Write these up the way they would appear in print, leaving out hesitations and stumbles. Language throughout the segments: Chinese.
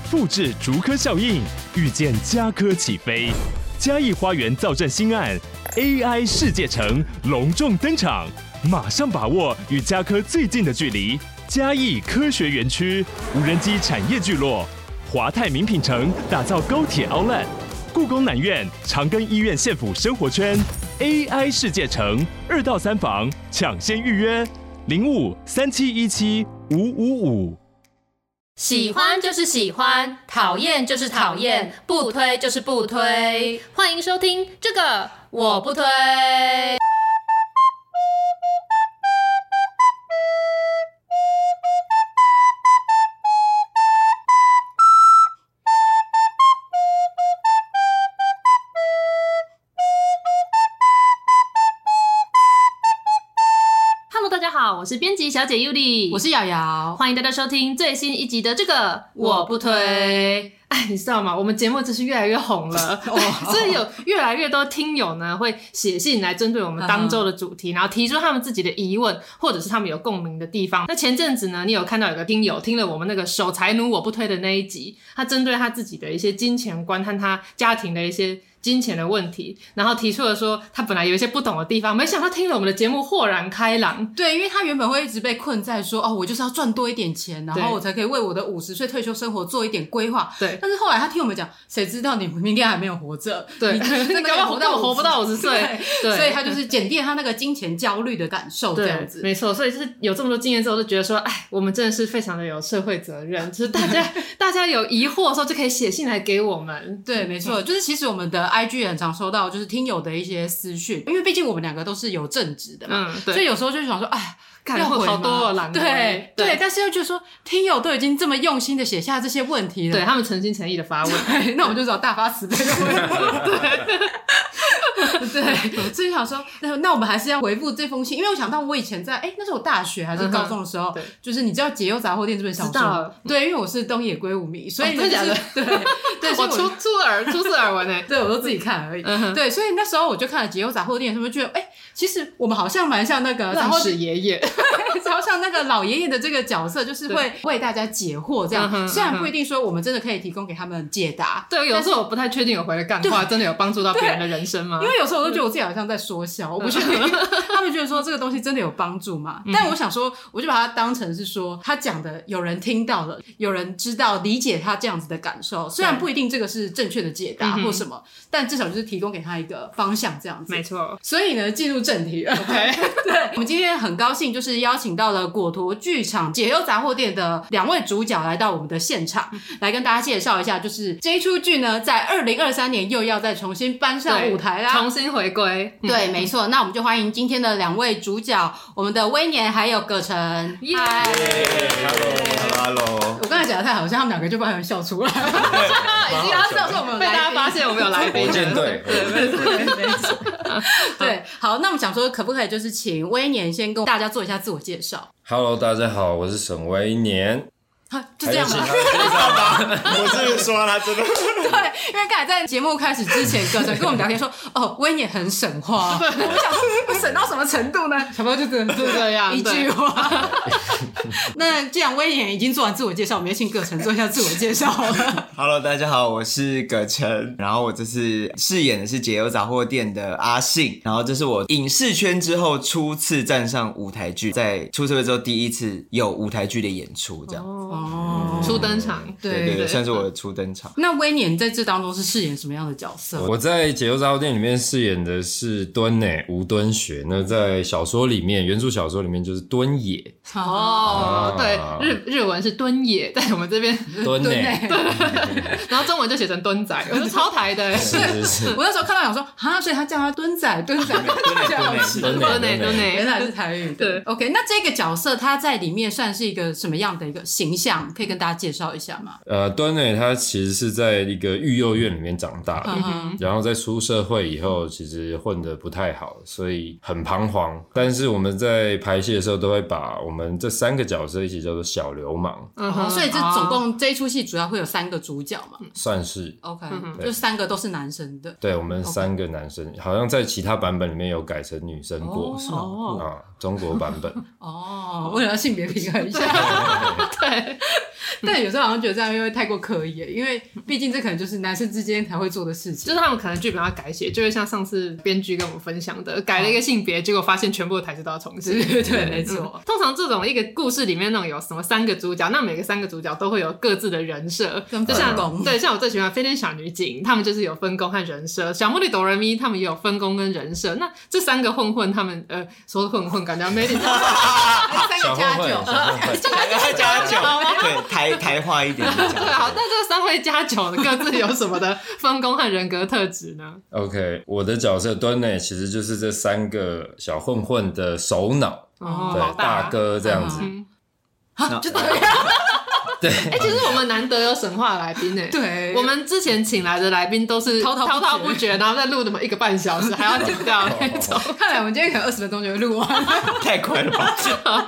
复制竹科效应，预见家科起飞。嘉义花园造镇新案 AI 世界城隆重登场，马上把握与家科最近的距离。嘉义科学园区、无人机产业聚落、华泰名品城打造高铁 Outlet， 故宫南院、长庚医院县府生活圈 AI 世界城2到3房抢先预约0537175555。 喜欢就是喜欢，讨厌就是讨厌，不推就是不推。欢迎收听这个我不推。我是编辑小姐 Yuli， 我是瑶瑶， 欢迎大家收听最新一集的这个我不推。哎，你知道吗？我们节目真是越来越红了，所以有越来越多听友呢会写信来针对我们当周的主题，然后提出他们自己的疑问，或者是他们有共鸣的地方。那前阵子呢，你有看到有个听友听了我们那个守财奴我不推的那一集，他针对他自己的一些金钱观和他家庭的一些金钱的问题，然后提出了说他本来有一些不懂的地方，没想到听了我们的节目豁然开朗。 对，因为他原本会一直被困在说我就是要赚多一点钱，然后我才可以为我的50岁退休生活做一点规划。 对， 但是后来他听我们讲，谁知道你明天还没有活着？ 对， 你搞不好活不到50岁。 对，所以他就是减低他那个金钱焦虑的感受，这样子。 没错，所以就是有这么多经验之后，就觉得说，哎，我们真的是非常的有社会责任，就是大家有疑惑的时候就可以写信来给我们。 对，没错，就是其实我们的 IG 也很常收到就是听友的一些私讯，因为毕竟我们两个都是有正职的嘛， 对， 所以有时候就想说，哎， 要回好多懒回， 对，但是又觉得说听友都已经这么用心的写下这些问题了， 对他们诚心诚意的发问， 那我们就找大发慈悲的回复，对，所以想说，那我们还是要回复这封信，因为我想到我以前在那是我大学还是高中的时候，就是你知道《解忧杂货店》这本小说，对，因为我是东野圭吾迷，所以真的假的？ 对， 我初次耳闻对，我都自己看而已，对，所以那时候我就看了《解忧杂货店》，是不是觉得其实我们好像蛮像那个浪矢爷爷， 超像那个老爷爷的这个角色，就是会为大家解惑这样。虽然不一定说我们真的可以提供给他们解答， 对，有时候我不太确定我回的干话真的有帮助到别人的人生吗？ 因为有时候我都觉得我自己好像在说笑，我不确定他们觉得说这个东西真的有帮助吗？但我想说，我就把它当成是说他讲的有人听到了，有人知道理解他这样子的感受，虽然不一定这个是正确的解答或什么，但至少就是提供给他一个方向这样子。 没错。 所以呢，进入正题了。 OK， 对，我们今天很高兴，就是邀请到了果陀剧场解忧杂货店的2位主角来到我们的现场，来跟大家介绍一下，就是这一出剧呢，在2023年又要再重新搬上舞台啦， 重新回归。 对，没错。那我们就欢迎今天的2位主角，我们的威年还有葛晨。 嗨 ，Hello。 我刚才讲的太好笑，他们2个就不小心笑出来了。 已经要笑说我们有来宾，被大家发现我们有来宾。 对， 没错。对，好，那我们想说，可不可以就是请威年先跟大家做一下自我介绍 ？Hello， 大家好，我是沈威年。 就这样吧， 我是说他真的对，因为刚才在节目开始之前，葛晨跟我们聊天说，威年很省话，我们想说会省到什么程度呢？小朋友就真的是这样一句话。那既然威年已经做完自我介绍，我们也请葛晨做一下自我介绍好了。 Hello， 大家好，我是葛晨，然后我这次饰演的是解忧杂货店的阿信，然后这是我影视圈之后初次站上舞台剧，在出社会之后第一次有舞台剧的演出，这样。 初登场， 对，算是我的初登场。 那威年在这当中是饰演什么样的角色？ 我在解忧杂货店里面饰演的是敦内吴敦学，那在小说里面，原著小说里面就是敦野。 对，日文是敦野，在我们这边敦内， 然后中文就写成敦仔，我是超台的。 是，我那时候看到想说，所以他叫他敦仔，敦内，原来是台语。对 ，OK， 那这个角色他在里面算是一个什么样的一个形象？可以跟大家介绍一下吗？ 敦内他其实是在一个育幼院里面长大的，然后在出社会以后，其实混得不太好，所以很彷徨。但是我们在排戏的时候，都会把我们这3个角色一起叫做小流氓。 所以这总共这一出戏主要会有3个主角嘛？ 算是 OK， 就3个都是男生的。 对，我们3个男生，好像在其他版本里面有改成女生过，中国版本。 为了性别平衡一下。 对。 但有时候好像觉得这样又会太过刻意了，因为毕竟这可能就是男生之间才会做的事情。 就是他们可能剧本要改写，就会像上次编剧跟我们分享的，改了一个性别，结果发现全部的台词都要重写。 对，没错。 通常这种一个故事里面那种有什么3个主角，那每个3个主角都会有各自的人设，就像对，像我最喜欢飞天小女警，他们就是有分工和人设；小魔女哆来咪他们也有分工跟人设。那这3个混混，他们说混混感觉没点小混混， 加酒，对，台话一点的对，好，那这3位加酒的各自有什么的分工和人格特质呢 ？OK， 我的角色敦内其实就是这3个小混混的首脑，对，大哥这样子。 就这样。 对， 其实我们难得有神话来宾诶。 对， 我们之前请来的来宾都是滔滔不绝，然后再录那么1个半小时，还要剪掉那种。 看来我们今天可能20分钟就会录完， 太快了吧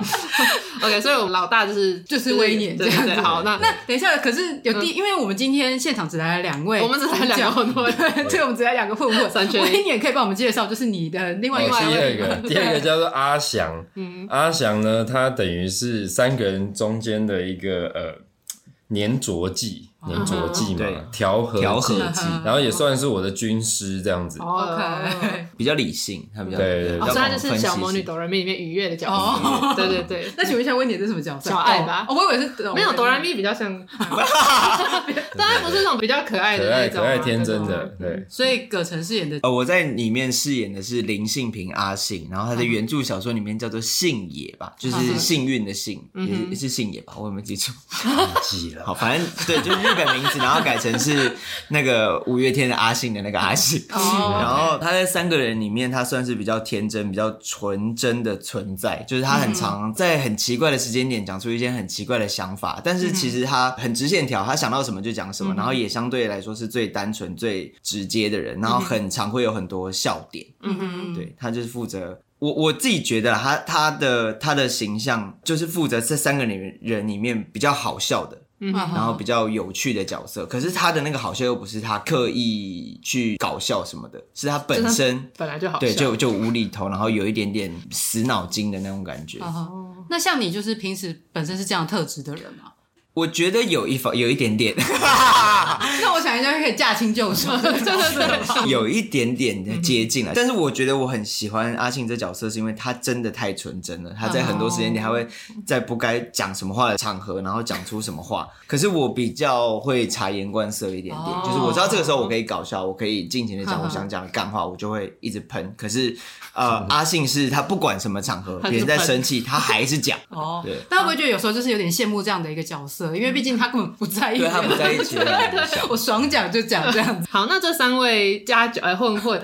？OK， 所以我们老大就是威廉这样子。好，那等一下，可是因为我们今天现场只来了2位， 我们只来2个混混， 对，我们只来2个混混。威廉可以帮我们介绍，就是你的另外一位。 第二个叫做阿翔。阿翔呢，他等于是3个人中间的一个粘着剂嘛，调和剂，然后也算是我的军师这样子。 OK， 比较理性，他比较对， 所以他就是小魔女哆来咪里面愉悦的角色。对。 那请问一下，威廉是什么角色？ 小爱吧？ 我以为是没有哆来咪比较像，当然不是那种比较可爱的那种， 可爱天真的。对， 所以葛城饰演的我在里面饰演的是林信平阿信，然后他的原著小说里面叫做信也吧，就是幸运的幸，也是信也吧，我有没有记错？ 记了。 好，反正对，就是日本名字，然后改成是那个5月天的阿信的那个阿信。然后他在3个人里面，他算是比较天真、比较纯真的存在，就是他很常在很奇怪的时间点讲出一些很奇怪的想法，但是其实他很直线条，他想到什么就讲什么，然后也相对来说是最单纯、最直接的人，然后很常会有很多笑点。对，他就是负责。我自己觉得他的形象就是负责这3个人里面比较好笑的。然后比较有趣的角色，可是他的那个好笑又不是他刻意去搞笑什么的，是他本身本来就好笑， 对，就无厘头，然后有一点点死脑筋的那种感觉。 那像你就是平时本身是这样特质的人吗？ 我觉得有一点点那我想一下可以驾轻就熟对有一点点的接近了。但是我觉得我很喜欢阿信这角色，是因为他真的太纯真了，他在很多时间点他会在不该讲什么话的场合然后讲出什么话，可是我比较会察言观色一点点，就是我知道这个时候我可以搞笑，我可以尽情的讲我想讲的干话，我就会一直喷。可是阿信是他不管什么场合别人在生气他还是讲。对， 但会不会觉得有时候就是有点羡慕这样的一个角色，因为毕竟他根本不在意， 对，他不在意， 我爽讲就讲这样子。 好，那这3位混混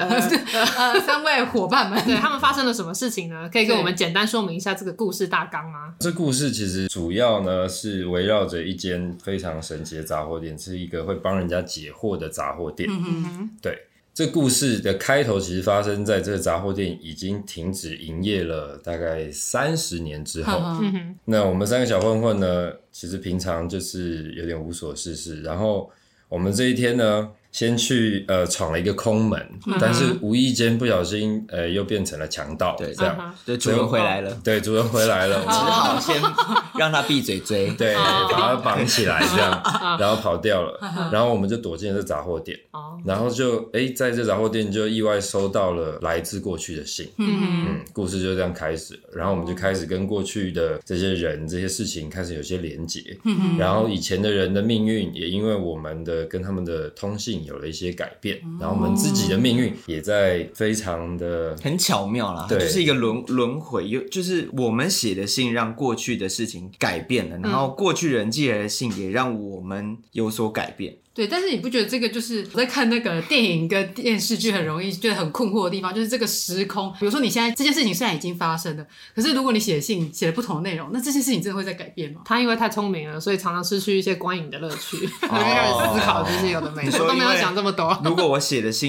3位伙伴们， 对，他们发生了什么事情呢？可以跟我们简单说明一下这个故事大纲吗？ 这故事其实主要呢是围绕着一间非常神奇的杂货店，是一个会帮人家解惑的杂货店。对。这故事的开头其实发生在这个杂货店已经停止营业了大概30年之后。那我们3个小混混呢，其实平常就是有点无所事事，然后我们这一天呢先去闯了一一空门，但是无意间不小心又变成了强盗。对，这样。 对，主人回来了。 对，主人回来了， 只好先让他闭嘴追。 对，把他绑起来这样，然后跑掉了。然后我们就躲进了这杂货店，然后就在这杂货店就意外收到了来自过去的信。故事就这样开始了。然后我们就开始跟过去的这些人、这些事情开始有些连结。然后以前的人的命运也因为我们的跟他们的通信有了一些改变，然后我们自己的命运也在非常的很巧妙啦，就是一个轮回，就是我们写的信让过去的事情改变了，然后过去人寄来的信也让我们有所改变。 对，但是你不觉得这个就是我在看那个电影跟电视剧很容易觉得很困惑的地方，就是这个时空，比如说你现在这件事情虽然已经发生了，可是如果你写信写了不同的内容，那这件事情真的会在改变吗？ 他因为太聪明了，所以常常失去一些观影的乐趣，开始思考这些有的没的，都没有想这么多。 如果我写的信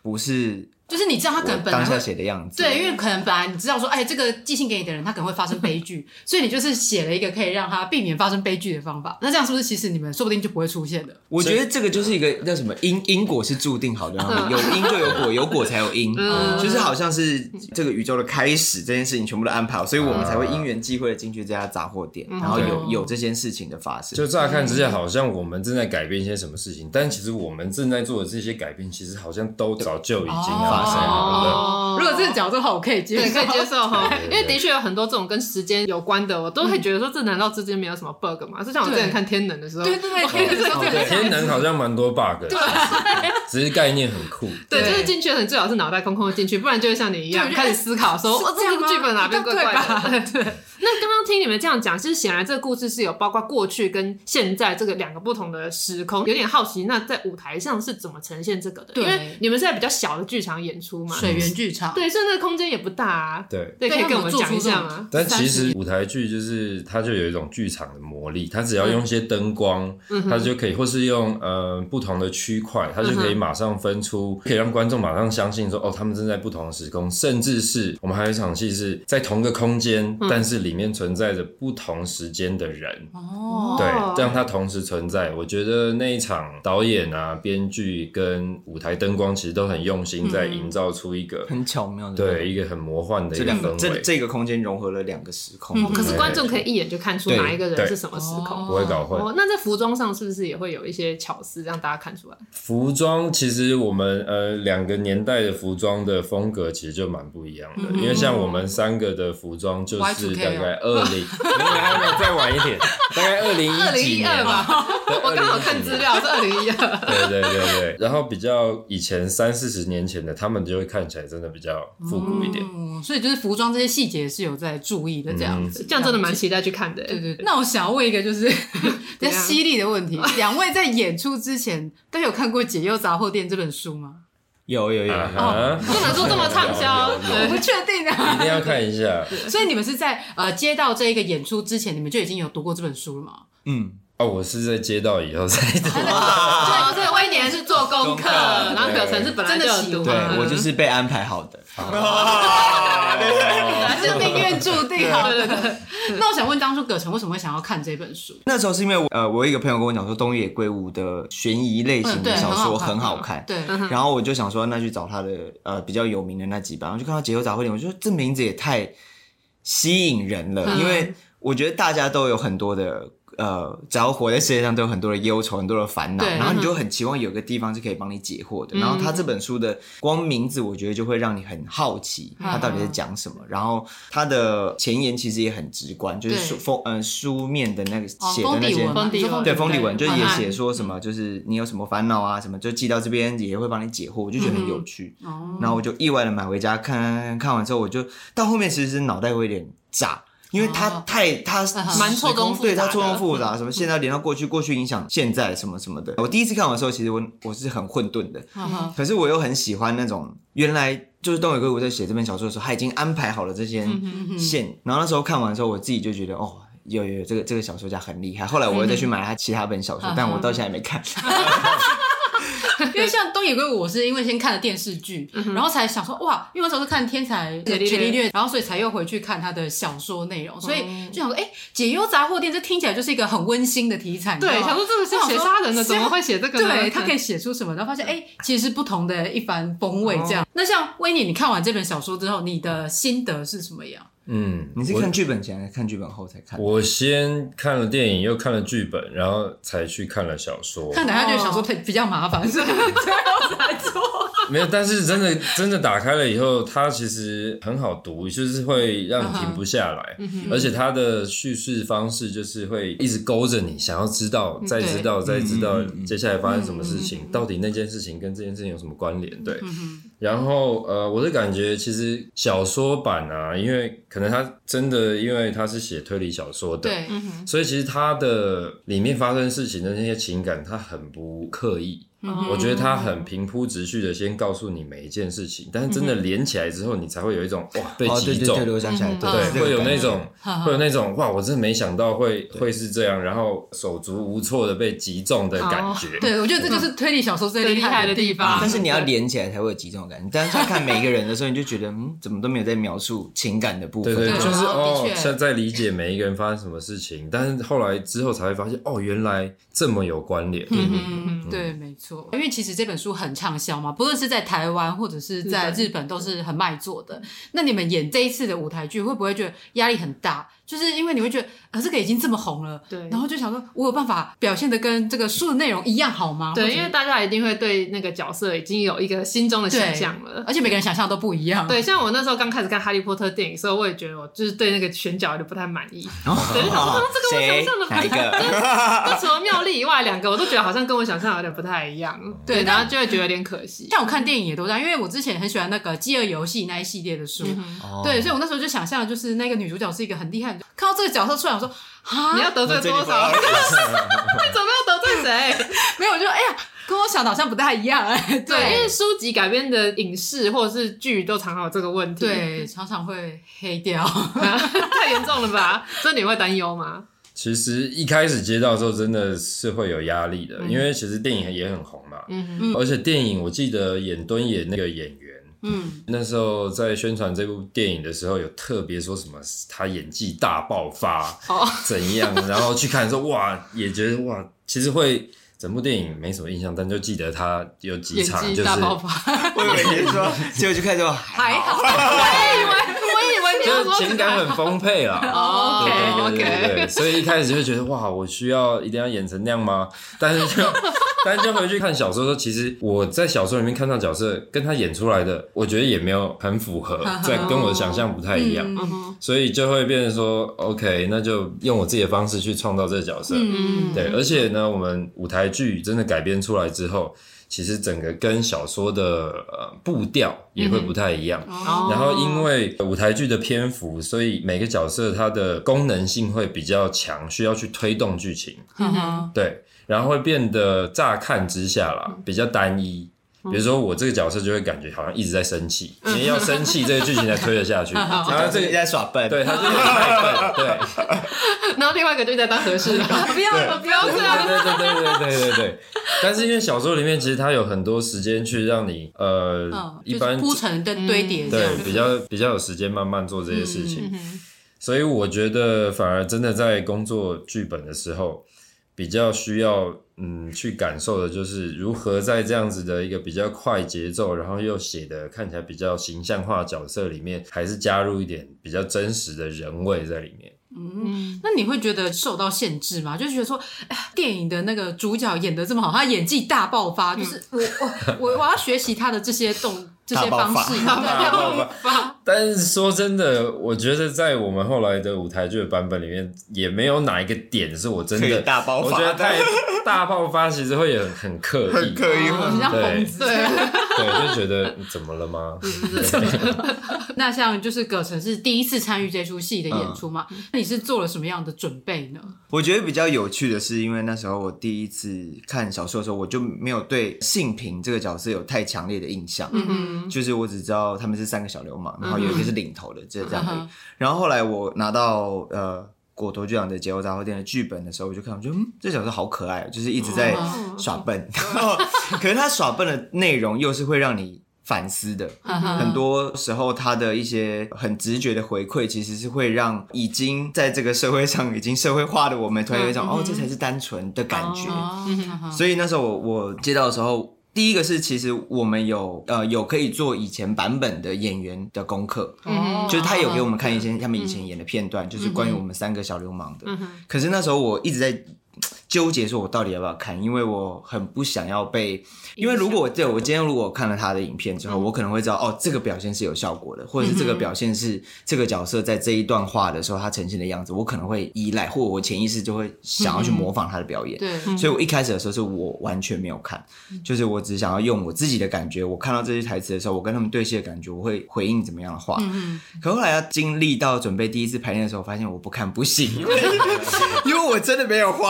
不是就是你知道他可能本来当下写的样子。 对，因为可能本来你知道说，哎，这个寄信给你的人他可能会发生悲剧，所以你就是写了一个可以让他避免发生悲剧的方法。那这样是不是其实你们说不定就不会出现的？ 我觉得这个就是一个叫什么因果是注定好的，有因就有果，有果才有因，就是好像是这个宇宙的开始，这件事情全部都安排好，所以我们才会因缘际会的进去这家杂货店，然后有这件事情的发生。 就乍看之下好像我们正在改变一些什么事情，但其实我们正在做的这些改变，其实好像都早就已经发生好了。 如果这个角度的话，我可以接受， 对，可以接受哈。因为的确有很多这种跟时间有关的，我都会觉得说，这难道之间没有什么 bug 吗？就像我之前看天能的时候， 对， 天能好像蛮多 bug 的，只是概念很酷。 对，就是进去的人最好是脑袋空空的进去，不然就会像你一样开始思考说，这个剧本哪边怪怪的。对。那刚刚听你们这样讲，其实显然这个故事是有包括过去跟现在这个两个不同的时空。有点好奇，那在舞台上是怎么呈现这个的？因为你们是在比较小的剧场演出嘛， 水源剧场， 对，所以那个空间也不大啊。 对， 可以跟我们讲一下吗？ 但其实舞台剧就是它就有一种剧场的魔力，它只要用一些灯光，它就可以，或是用不同的区块，它就可以马上分出，可以让观众马上相信说，哦，他们正在不同的时空，甚至是我们还有一场戏是在同个空间，但是里面存在着不同时间的人，对，让它同时存在。我觉得那一场导演啊、编剧跟舞台灯光其实都很用心，在营造出一个很巧妙的， 对，一个很魔幻的一个氛围。 这个空间融合了两个时空， 可是观众可以一眼就看出哪一个人是什么时空， 不会搞混。 那在服装上是不是也会有一些巧思，让大家看出来？ 服装其实我们两个年代的服装的风格其实就蛮不一样的，因为像我们三个的服装就是大概还没有再晚一点，大概2010几年吧。我刚好看资料是2012。 对，然后比较以前30-40年前的，他们就会看起来真的比较复古一点。 所以就是服装这些细节是有在注意的，这样子， 这样真的蛮期待去看的。 对。那我想要问一个就是比较犀利的问题，两位在演出之前都有看过《解忧杂货店》这本书吗？ 有， 不能说这么畅销， 我不确定啊， 一定要看一下。 所以你们是在接到这一个演出之前，你们就已经有读过这本书了吗？ 我是在接到以后才读。 对，威廉是做功课，然后可成是本来就有读。 对，我就是被安排好的。 是命运注定好的。那我想问，当初葛成为什么会想要看这本书？ 那时候是因为我有一个朋友跟我讲说，东野圭吾的悬疑类型的小说很好看， 对。 然后我就想说，那去找他的比较有名的那几本，然后就看到《解忧杂货店》，我就说这名字也太吸引人了，因为我觉得大家都有很多的。只要活在世界上都有很多的忧愁，很多的烦恼，然后你就很期望有个地方是可以帮你解惑的。然后他这本书的光名字，我觉得就会让你很好奇，他到底在讲什么。然后他的前言其实也很直观，就是书面的那个写的那些封底文，就也写说什么，就是你有什么烦恼啊，什么就寄到这边也会帮你解惑，我就觉得很有趣。然后我就意外的买回家看完之后，我就到后面其实是脑袋会有点炸。因为他蛮错综复杂的， 对，他错综复杂，什么现在连到过去，过去影响现在什么什么的。我第一次看完的时候，其实我是很混沌的，可是我又很喜欢那种原来就是东野圭吾在写这本小说的时候，他已经安排好了这些线，然后那时候看完的时候，我自己就觉得有这个小说家很厉害。后来我又再去买他其他本小说，但我到现在还没看。 因为像东野圭吾，我是因为先看了电视剧，然后才想说哇，因为那时候是看《天才伽利略》，然后所以才又回去看他的小说内容，所以就想说，解忧杂货店这听起来就是一个很温馨的题材。 对，想说这个是写杀人的，怎么会写这个呢？ 对，他可以写出什么？然后发现其实是不同的一番风味这样。那像威尼，你看完这本小说之后，你的心得是什么样？ 你是看剧本前还是看剧本后才看？ 我先看了电影，又看了剧本，然后才去看了小说。 看等下就想说比较麻烦，所以最后才做。 没有，但是真的打开了以后，它其实很好读，就是会让你停不下来，而且它的叙事方式就是会一直勾着你，想要知道，再知道接下来发生什么事情，到底那件事情跟这件事情有什么关联？对。然后我的感觉其实小说版啊，因为可能他真的因为他是写推理小说的， 对， 所以其实他的里面发生事情的那些情感，他很不刻意。 我觉得他很平铺直叙的先告诉你每一件事情，但是真的连起来之后，你才会有一种哇被击中， 对，我想起来， 对，会有那种哇，我真的没想到会是这样，然后手足无措的被击中的感觉。 对，我觉得这就是推理小说最厉害的地方。 但是你要连起来才会有击中的感觉，但是在看每一个人的时候，你就觉得怎么都没有在描述情感的部分。 对，就是现在在理解每一个人发生什么事情，但是后来之后才会发现原来这么有关联。 对，没错，因为其实这本书很畅销嘛，不论是在台湾或者是在日本都是很卖座的。那你们演这一次的舞台剧会不会觉得压力很大？就是因为你会觉得这个已经这么红了，对，然后就想说我有办法表现的跟这个书的内容一样好吗？ 对，因为大家一定会对那个角色已经有一个心中的想象了， 而且每个人想象都不一样。 对，像我那时候刚开始看哈利波特电影的时候，我也觉得我就是对那个选角有点不太满意。对，就想说这跟我想象的哪一个？ 就除了妙丽以外2个，我都觉得好像跟我想象有点不太一样。对，然后就会觉得有点可惜。 像我看电影也都这样，因为我之前很喜欢那个《饥饿游戏》那一系列的书，对，所以我那时候就想象就是那个女主角是一个很厉害的，看到这个角色出来，我说你要得罪多少？你准备要得罪谁？ 没有，我就跟我想的好像不太一样。 对，因为书籍改编的影视或者是剧都常常有这个问题， 对，常常会黑掉， 太严重了吧？这你会担忧吗？ 其实一开始接到的时候真的是会有压力的，因为其实电影也很红嘛，而且电影我记得演敦也那个演员，那时候在宣传这部电影的时候有特别说什么他演技大爆发怎样，然后去看的时候哇也觉得哇其实会整部电影没什么印象，但就记得他有几场就是大爆发。 我以为你说结果就看说还好， 我以为你要说情感很丰沛啦。 OK， 所以一开始就会觉得哇我需要一定要演成那样吗？但是就回去看小说的时候，其实我在小说里面看到角色跟他演出来的我觉得也没有很符合，跟我的想象不太一样，所以就会变成说 OK 那就用我自己的方式去创造这个角色。对，而且呢我们舞台剧真的改编出来之后，其实整个跟小说的步调也会不太一样，然后因为舞台剧的篇幅，所以每个角色它的功能性会比较强，需要去推动剧情，对，然后会变得乍看之下啦比较单一。比如说我这个角色就会感觉好像一直在生气，因为要生气这个剧情才推得下去，然后这个在耍笨， 对，他就是太笨，对。 然后另外一个就在当和事佬，不要这样， 对。但是因为小说里面其实它有很多时间去让你一般就是铺陈跟堆叠， 对，比较有时间慢慢做这些事情，所以我觉得反而真的在工作剧本的时候，比较需要去感受的就是如何在这样子的一个比较快节奏，然后又写的看起来比较形象化的角色里面，还是加入一点比较真实的人味在里面。 那你会觉得受到限制吗？就觉得说，电影的那个主角演得这么好，他演技大爆发，就是我要学习他的这些方式， 大爆发。但是说真的，我觉得在我们后来的舞台剧的版本里面，也没有哪一个点是我真的大爆发。 我觉得太大爆发，其实会有很刻意， 很刻意， 很像疯子。 对，就觉得怎么了吗？ 那像就是葛晨是第一次参与这出戏的演出嘛？那你是做了什么样的准备呢？ 我觉得比较有趣的是，因为那时候我第一次看小说的时候，我就没有对信平这个角色有太强烈的印象，就是我只知道他们是3个小流氓，然后有一个是领头的，这样而已。然后后来我拿到果陀剧场的《解忧杂货店》的剧本的时候，我就看，我觉得这角色好可爱，就是一直在耍笨，可是他耍笨的内容又是会让你反思的，很多时候他的一些很直觉的回馈，其实是会让已经在这个社会上已经社会化的我们突然有一种这才是单纯的感觉。所以那时候我接到的时候，第一个是其实我们有可以做以前版本的演员的功课，就是他有给我们看一些他们以前演的片段，就是关于我们3个小流氓的。可是那时候我一直在纠结说我到底要不要看，因为我很不想要被，因为如果我今天如果看了他的影片之后，我可能会知道这个表现是有效果的，或者是这个表现是这个角色在这一段话的时候他呈现的样子，我可能会依赖，或我潜意识就会想要去模仿他的表演。 对， 所以我一开始的时候是我完全没有看，就是我只想要用我自己的感觉，我看到这些台词的时候，我跟他们对戏的感觉，我会回应怎么样的话。可后来要经历到准备第一次排练的时候，我发现我不看不行，因为我真的没有画面，然后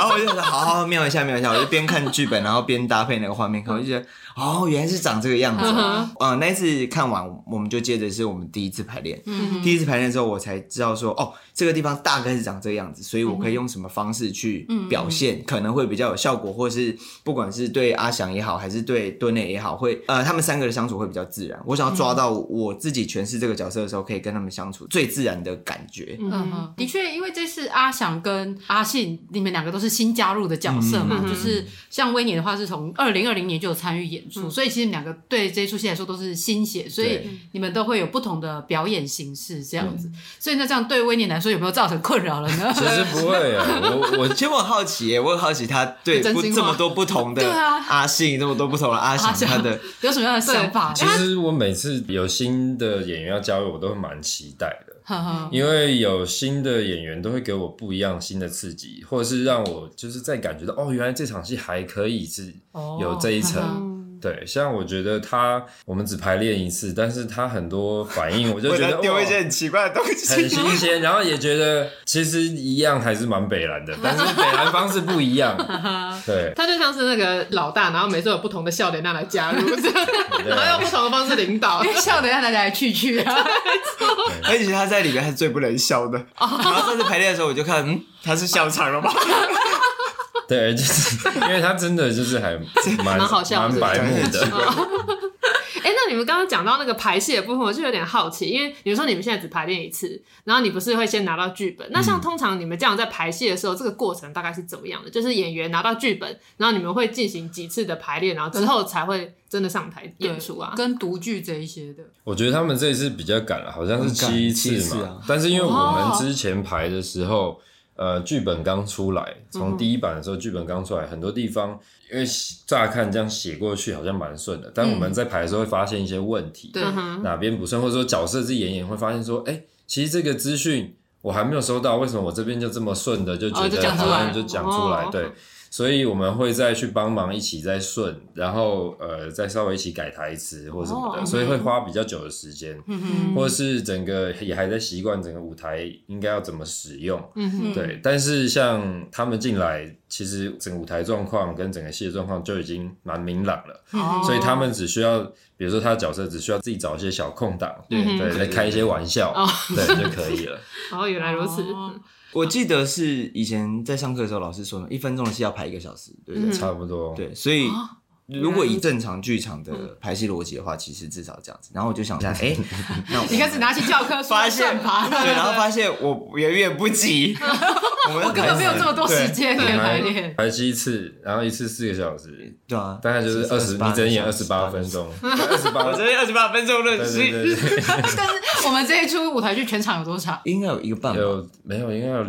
后我就说好瞄一下，我就边看剧本，然后边搭配那个画面看，我就觉得原来是长这个样子。那一次看完，我们就接着是我们第一次排练。第一次排练之后，我才知道说这个地方大概是长这个样子，所以我可以用什么方式去表现，可能会比较有效果，或是不管是对阿翔也好，还是对敦内也好，会他们3个的相处会比较自然。我想要抓到我自己诠释这个角色的时候，可以跟他们相处最自然的感觉。 的确，因为这次阿翔跟阿信你们2个都是新加入的角色嘛，就是像威廉的话是从2020年就有参与演出，所以其实你们2个对这出戏来说都是新血，所以你们都会有不同的表演形式这样子。所以那这样对威廉来说有没有造成困扰了呢？ 其实不会其实我很好奇我很好奇他对这么多不同的阿信，这么多不同的阿翔，他的有什么样的想法？ 其实我每次有新的演员要加入，我都会蛮期待的。因为有新的演员都会给我不一样新的刺激，或者是让我就是在感觉到原来这场戏还可以是有这一层。对，像我觉得我们只排练1次，但是他很多反应我就觉得丢一些很奇怪的东西， 很新鲜，然后也觉得其实一样还是蛮北蓝的，但是北蓝方式不一样。对， 他就像是那个老大，然后每次有不同的笑脸让来加入，然后用不同的方式领导， 因为笑脸让来来去去啊。 而且他在里面还是最不能笑的。然后上次排练的时候我就看他是笑场了吗？ 对，就是因为他真的就是还蛮好笑， 蛮白目的。 那你们刚刚讲到那个排戏的部分，我就有点好奇，因为比如说你们现在只排练1次，然后你不是会先拿到剧本？那像通常你们这样在排戏的时候，这个过程大概是怎么样的？就是演员拿到剧本，然后你们会进行几次的排练，然后之后才会真的上台演出啊？ 跟读剧这一些的， 我觉得他们这一次比较赶了，好像是7次嘛。但是因为我们之前排的时候，剧本刚出来，从第1版的时候剧本刚出来，很多地方因为乍看这样写过去好像蛮顺的，但我们在排的时候会发现一些问题，哪边不顺，或者说角色自己演会发现说，其实这个资讯我还没有收到，为什么我这边就这么顺的就觉得好像就讲出来，对。所以我们会再去帮忙一起再顺，然后再稍微一起改台词或什么的，所以会花比较久的时间，或者是整个也还在习惯整个舞台应该要怎么使用，对。但是像他们进来，其实整个舞台状况跟整个戏的状况就已经蛮明朗了，所以他们只需要，比如说他的角色只需要自己找一些小空档，对，再开一些玩笑，对就可以了。 原来如此。 我记得是以前在上课的时候，老师说1分钟的戏要排1个小时，对不对？ 差不多。 对，所以如果以正常剧场的排戏逻辑的话，其实至少这样子。然后我就想一下，那你开始拿起教科书发现对， 然后发现我远远不及， 我根本没有这么多时间可以排练。 排7次，然后1次4个小时， 对啊， 大概就是你只能演28分钟，28， 我只能28分钟的戏。 但是我们这一出舞台剧全场有多长？ 应该有1个半吧？ 没有，应该有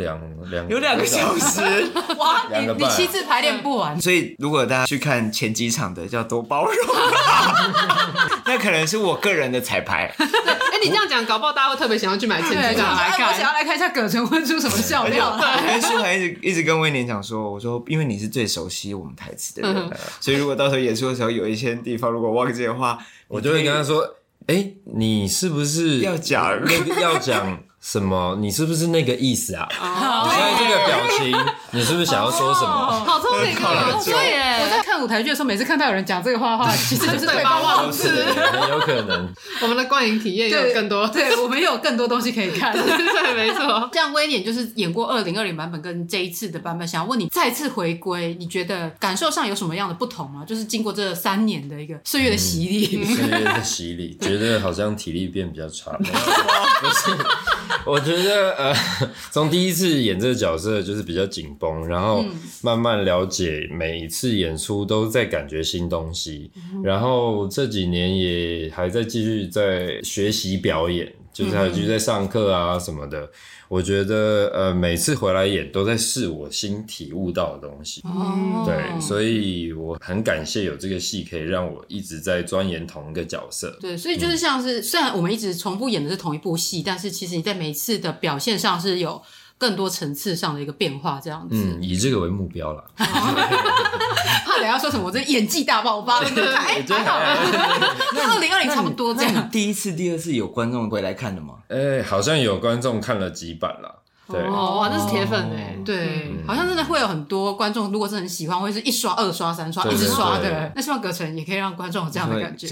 2个小时。 哇，你7次排练不完。 所以如果大家去看前几场的，叫多包容。那可能是我个人的彩排。 你这样讲，搞不好大家会特别想要去买前几场来看。 我想要来看一下葛城会出什么笑料。 我跟舒涵一直跟威廉讲说，我说因为你是最熟悉我们台词的人，所以如果到时候演出的时候有一些地方如果忘记的话， 我就会跟他说，你是不是要讲什么？你是不是那个意思啊？你现在这个表情，你是不是想要说什么？ 好聪明哦！对耶， 我在看舞台剧的时候，每次看到有人讲这个话的话，其实就是对方忘词， 很有可能。 我们的观影体验有更多， 对，我们有更多东西可以看。 对，没错。 像威廉就是演过2020版本跟这一次的版本，想要问你再次回归，你觉得感受上有什么样的不同吗？就是经过这3年的一个岁月的洗礼， 岁月的洗礼，觉得好像体力变比较差。不是。我觉得从第一次演这个角色就是比较紧绷，然后慢慢了解每一次演出都在感觉新东西，然后这几年也还在继续在学习表演，就是还继续在上课啊什么的。我觉得每次回来演都在试我新体悟到的东西，对，所以我很感谢有这个戏可以让我一直在钻研同一个角色。 对，所以就是像是虽然我们一直重复演的是同一部戏，但是其实你在每一次的表现上是有更多层次上的一个变化，这样子。 以这个为目标啦。 怕等一下说什么我这演技大爆发，还好跟2020差不多这样。 第1次、第2次有观众回来看的吗？ 好像有观众看了几版啦。 对哇，那是铁粉哎。 对，好像真的会有很多观众，如果是很喜欢，会是1刷、2刷、3刷， 对一直刷对的。那希望葛城也可以让观众有这样的感觉。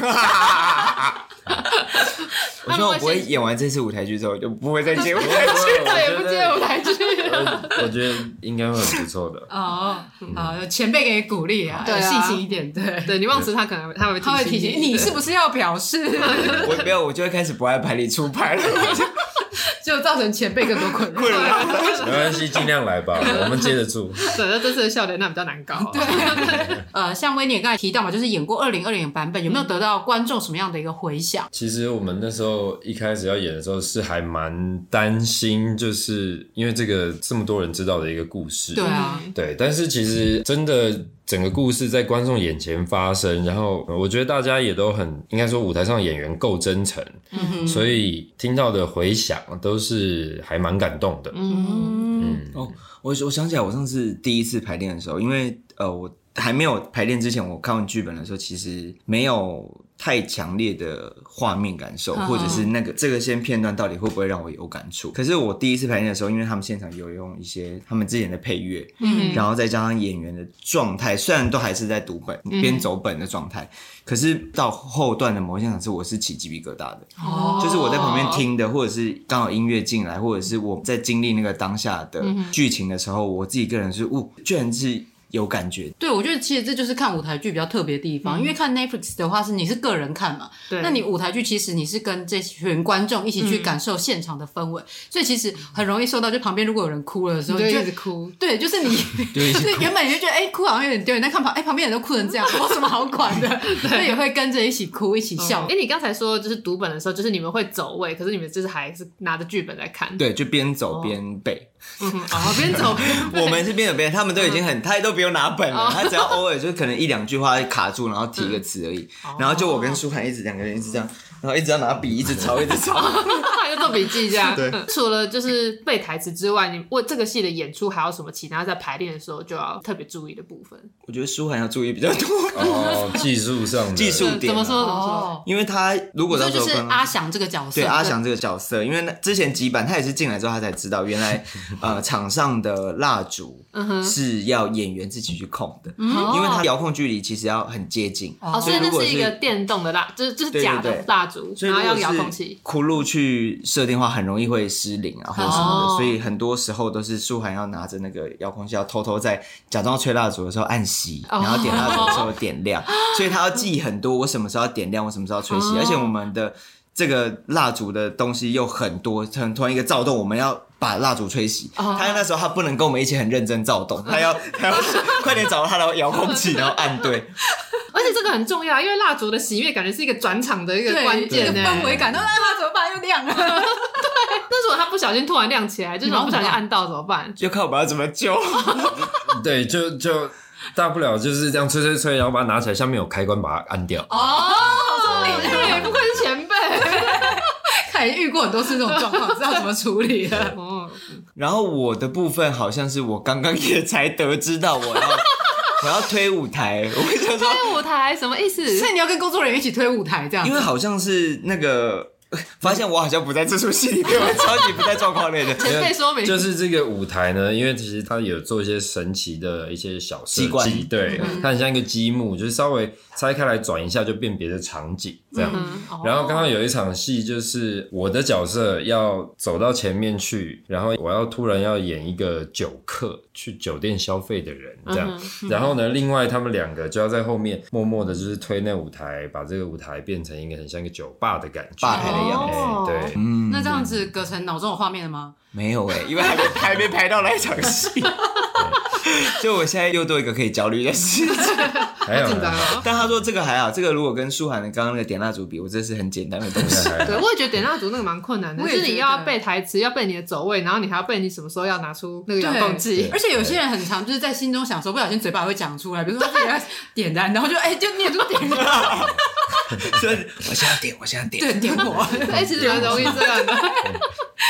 我希望我不会演完这次舞台剧之后就不会再接舞台剧， 再也不接舞台剧。 我觉得应该会很不错的。 有前辈给你鼓励啊， 对啊有信心一点，对。 对你忘词，他会提醒你是不是要表示， 我没有，我就会开始不按牌理出牌了， 就造成前辈更多困扰。 没关系，尽量来吧，我们接得住。 对，那这次的笑点那比较难搞。 对，像威尼刚才提到嘛，就是演过2020年版本，有没有得到观众什么样的一个回响？ 其实我们那时候一开始要演的时候是还蛮担心，就是因为这么多人知道的一个故事。 对啊， 对，但是其实真的整个故事在观众眼前发生，然后我觉得大家也都应该说舞台上演员够真诚，所以听到的回响都是还蛮感动的。 我想起来，我上次第一次排练的时候，因为我还没有排练之前，我看完剧本的时候，其实没有太强烈的画面感受，或者是这个先片段到底会不会让我有感触。可是我第一次排练的时候，因为他们现场有用一些他们之前的配乐，然后再加上演员的状态，虽然都还是在读本边走本的状态，可是到后段的某一现场是我是起鸡皮疙瘩的，就是我在旁边听的，或者是刚好音乐进来，或者是我在经历那个当下的剧情的时候，我自己个人是居然是有感觉。 对，我觉得其实这就是看舞台剧比较特别的地方，因为看 Netflix 的话是你是个人看嘛， 对， 那你舞台剧其实你是跟这群观众一起去感受现场的氛围，所以其实很容易受到，就旁边如果有人哭了的时候， 你就一直哭。 对，就是你就是原本你就觉得哭好像有点丢人，但看旁边人都哭成这样，我有什么好管的？所以也会跟着一起哭一起笑。 你刚才说就是读本的时候，就是你们会走位，可是你们就是还是拿着剧本在看。 对，就边走边背。 边走边背。 我们是边走边，他们都已经他都不用拿本了，他只要偶尔就可能1-2句话卡住，然后提个词而已，然后就我跟舒涵2个人一直这样，然后一直要拿笔一直抄一直抄， 就做笔记这样。 对， 除了就是背台词之外，你为这个戏的演出还有什么其他在排练的时候就要特别注意的部分？ 我觉得舒涵要注意比较多技术上的技术点怎么说？ 因为他如果到时候就是阿翔这个角色， 对阿翔这个角色，因为之前几版他也是进来之后他才知道，原来场上的蜡烛是要演员自己去控的，因为他遥控距离其实要很接近， 所以那是一个电动的蜡，就是假的蜡烛，然后要遥控器。 骷髅去设定的话，很容易会失灵啊或者什么的，所以很多时候都是舒涵要拿着那个遥控器，要偷偷在假装吹蜡烛的时候按熄，然后点蜡烛的时候点亮，所以他要记很多，我什么时候要点亮，我什么时候要吹熄，而且我们的这个蜡烛的东西又很多，突然一个躁动，我们要把蜡烛吹熄。他那时候他不能跟我们一起很认真躁动，他要快点找到他的遥控器，然后按对。 而且这个很重要，因为蜡烛的熄灭感觉是一个转场的一个关键， 氛围感。那它怎么办？又亮了。对， 那如果他不小心突然亮起来，就是不小心按到怎么办？ 就看我们要怎么救。 对，就大不了就是这样吹，然后把它拿起来，下面有开关把它按掉。 好聪明，不愧是前辈。 看遇过很多次这种状况，知道怎么处理了。 然后我的部分好像是我刚刚也才得知到我要推舞台，我会想说推舞台什么意思？ 所以你要跟工作人员一起推舞台这样？ 因为好像是那个。发现我好像不在这出戏里面，我超级不在状况内的。 前辈说明， 就是这个舞台呢，因为其实它有做一些神奇的一些小设计，对，它很像一个积木，就是稍微拆开来转一下就变别的场景这样。然后刚刚有一场戏，就是我的角色要走到前面去，然后我要突然要演一个酒客去酒店消费的人这样。然后呢，另外他们2个就要在后面默默的，就是推那舞台，把这个舞台变成一个很像一个酒吧的感觉， 吧台的样子。 对， 那这样子葛城脑中有画面了吗？ 没有因为还没排到那一场戏，所以我现在又多一个可以焦虑的事情。 还有， 但他说这个还好，这个如果跟舒涵的刚刚那个点蜡烛比，我这是很简单的东西。 对，我也觉得点蜡烛那个蛮困难的，就是你要背台词，要背你的走位，然后你还要背你什么时候要拿出那个遥控器。 而且有些人很常就是在心中想说，不小心嘴巴会讲出来，比如说他自己在点燃，然后就念出点燃。 所以我现在点， 对，点火。 其实蛮容易这样的。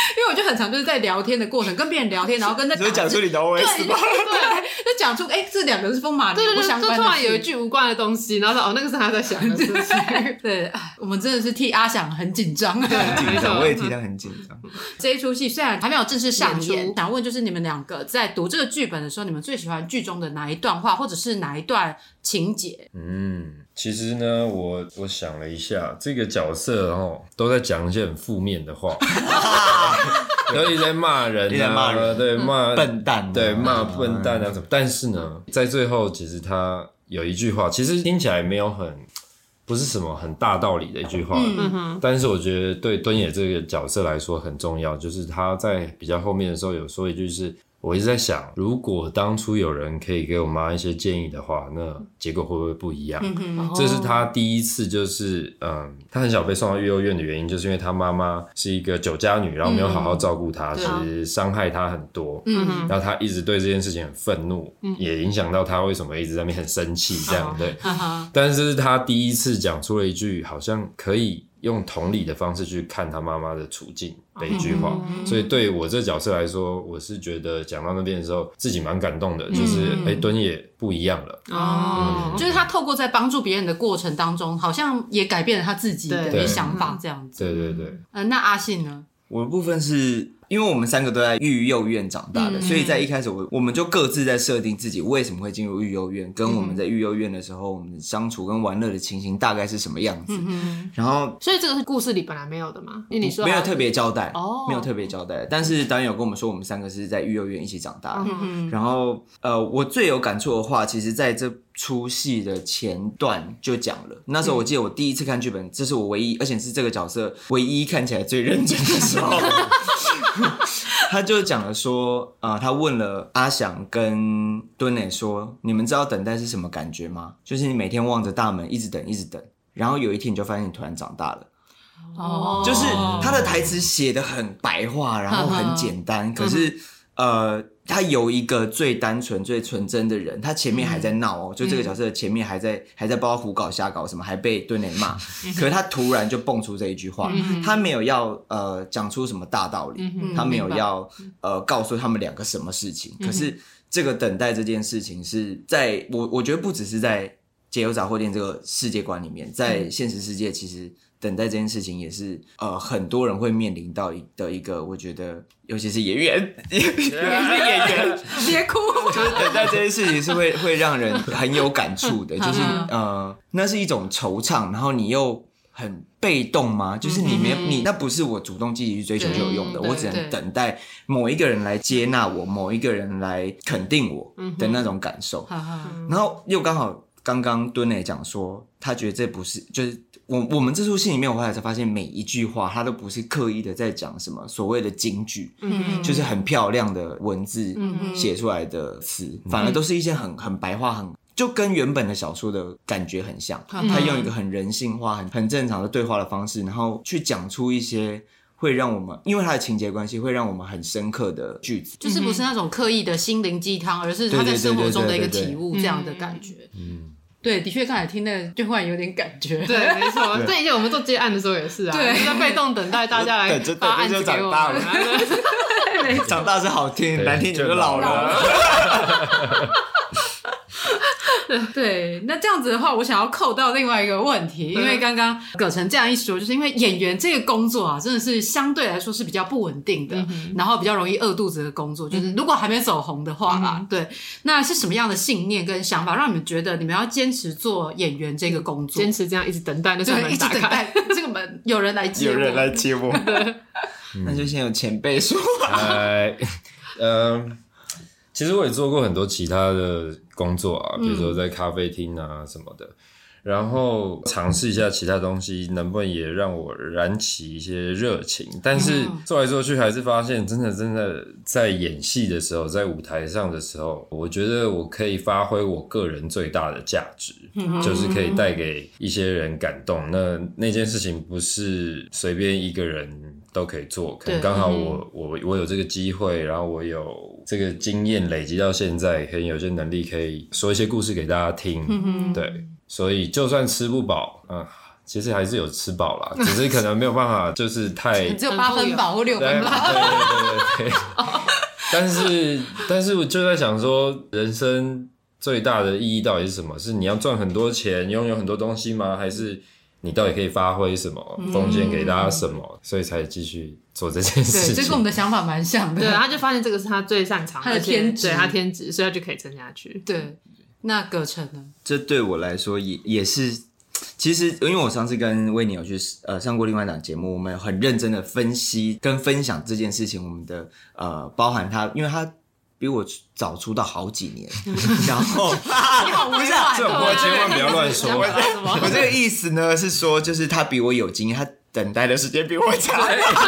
因为我就很常就是在聊天的过程跟别人聊天，然后跟在你会讲出你的 OS 吗？ 对，就讲出这两个是风马牛不相关的事， 就突然有一句无关的东西，然后说那个是他在想的事情。 对，我们真的是替阿翔很紧张。 很紧张，我也替他很紧张。 这一出戏虽然还没有正式上演，想问就是你们两个在读这个剧本的时候，你们最喜欢剧中的哪一段话，或者是哪一段情节？ 其实呢，我想了一下，这个角色都在讲一些很负面的话，然后一直在骂人一直在骂人对，骂笨蛋， 对，骂笨蛋啊什么。但是呢，在最后其实他有一句话，其实听起来没有不是什么很大道理的一句话，但是我觉得对敦也这个角色来说很重要，就是他在比较后面的时候有说一句是，我一直在想，如果当初有人可以给我妈一些建议的话，那结果会不会不一样？这是他第一次，就是他很小被送到育幼院的原因，就是因为他妈妈是一个酒家女，然后没有好好照顾他，其实伤害他很多，然后他一直对这件事情很愤怒，也影响到他为什么一直在那边很生气这样，对。但是他第一次讲出了一句好像可以用同理的方式去看他妈妈的处境的一句话，所以对我这角色来说，我是觉得讲到那边的时候自己蛮感动的，就是敦也不一样了就是他透过在帮助别人的过程当中，好像也改变了他自己的一些想法这样子。 对对对。 那阿信呢？ 我的部分是因为我们三个都在育幼院长大的，所以在一开始我们就各自在设定自己为什么会进入育幼院，跟我们在育幼院的时候我们相处跟玩乐的情形大概是什么样子。然后所以这个是故事里本来没有的吗？因为你说没有特别交代，没有特别交代，但是导演有跟我们说我们三个是在育幼院一起长大的。然后我最有感触的话，其实在这出戏的前段就讲了。那时候我记得我第一次看剧本，这是我唯一，而且是这个角色唯一看起来最认真的时候。他就讲了说，他问了阿翔跟敦磊说，你们知道等待是什么感觉吗？就是你每天望着大门一直等一直等，然后有一天你就发现你突然长大了。就是他的台词写得很白话，然后很简单，可是他有一个最单纯最纯真的人，他前面还在闹就这个角色前面还在不知道胡搞瞎搞什么，还被敦磊骂，可是他突然就蹦出这一句话，他没有要讲出什么大道理，他没有要告诉他们两个什么事情，可是这个等待这件事情是在我觉得不只是在解忧杂货店这个世界观里面，在现实世界其实等待这件事情也是很多人会面临到的一个，我觉得尤其是演员别哭， 就是等待这件事情是会让人很有感触的，就是那是一种惆怅，然后你又很被动吗？就是你那不是我主动积极去追求就有用的，我只能等待某一个人来接纳我，某一个人来肯定我的那种感受。然后又刚好刚刚敦磊讲说，他觉得这不是就是我们这出戏里面，我后来才发现每一句话他都不是刻意的在讲什么所谓的金句，就是很漂亮的文字写出来的词，反而都是一些很白话，就跟原本的小说的感觉很像。他用一个很人性化、很正常的对话的方式，然后去讲出一些会让我们，因为他的情节关系，会让我们很深刻的句子， 就是不是那种刻意的心灵鸡汤，而是他在生活中的一个体悟这样的感觉。对，的确，刚才听那个就忽然有点感觉。 对，没错。这以前我们做接案的时候也是啊， 对， 在被动等待大家来发案子给我们。 长大是好听，难听你就老了。 对，那这样子的话，我想要扣到另外一个问题，因为刚刚葛晨这样一说，就是因为演员这个工作啊，真的是相对来说是比较不稳定的，然后比较容易饿肚子的工作，就是如果还没走红的话啦，对，那是什么样的信念跟想法让你们觉得你们要坚持做演员这个工作， 坚持这样一一直等待那扇门打开， 这个门有人来接我， 有人来接我，那就先有前辈说。 其实我也做过很多其他的工作啊，比如说在咖啡厅啊什么的，然后尝试一下其他东西，能不能也让我燃起一些热情。但是做来做去还是发现，真的在演戏的时候，在舞台上的时候，我觉得我可以发挥我个人最大的价值，就是可以带给一些人感动。那件事情不是随便一个人都可以做，可能刚好我有这个机会，然后我有这个经验累积到现在，可以有些能力可以说一些故事给大家听，对，所以就算吃不饱其实还是有吃饱啦，只是可能没有办法，就是太只有8分饱或6分饱。 对。但是我就在想说，人生最大的意义到底是什么？是你要赚很多钱，拥有很多东西吗？还是你到底可以发挥什么，奉献给大家什么？所以才继续做这件事情。 对，这跟我们的想法蛮像的。 对，他就发现这个是他最擅长的， 他的天职， 对，他天职，所以他就可以撑下去。 对，那葛晨呢？ 这对我来说也是。其实，因为我上次跟威尼有去上过另外一档节目，我们很认真的分析跟分享这件事情，我们的包含他，因为他比我早出道好几年，然后不是这种话千万不要乱说。 我这个意思呢是说，就是他比我有经验，他等待的时间比我长。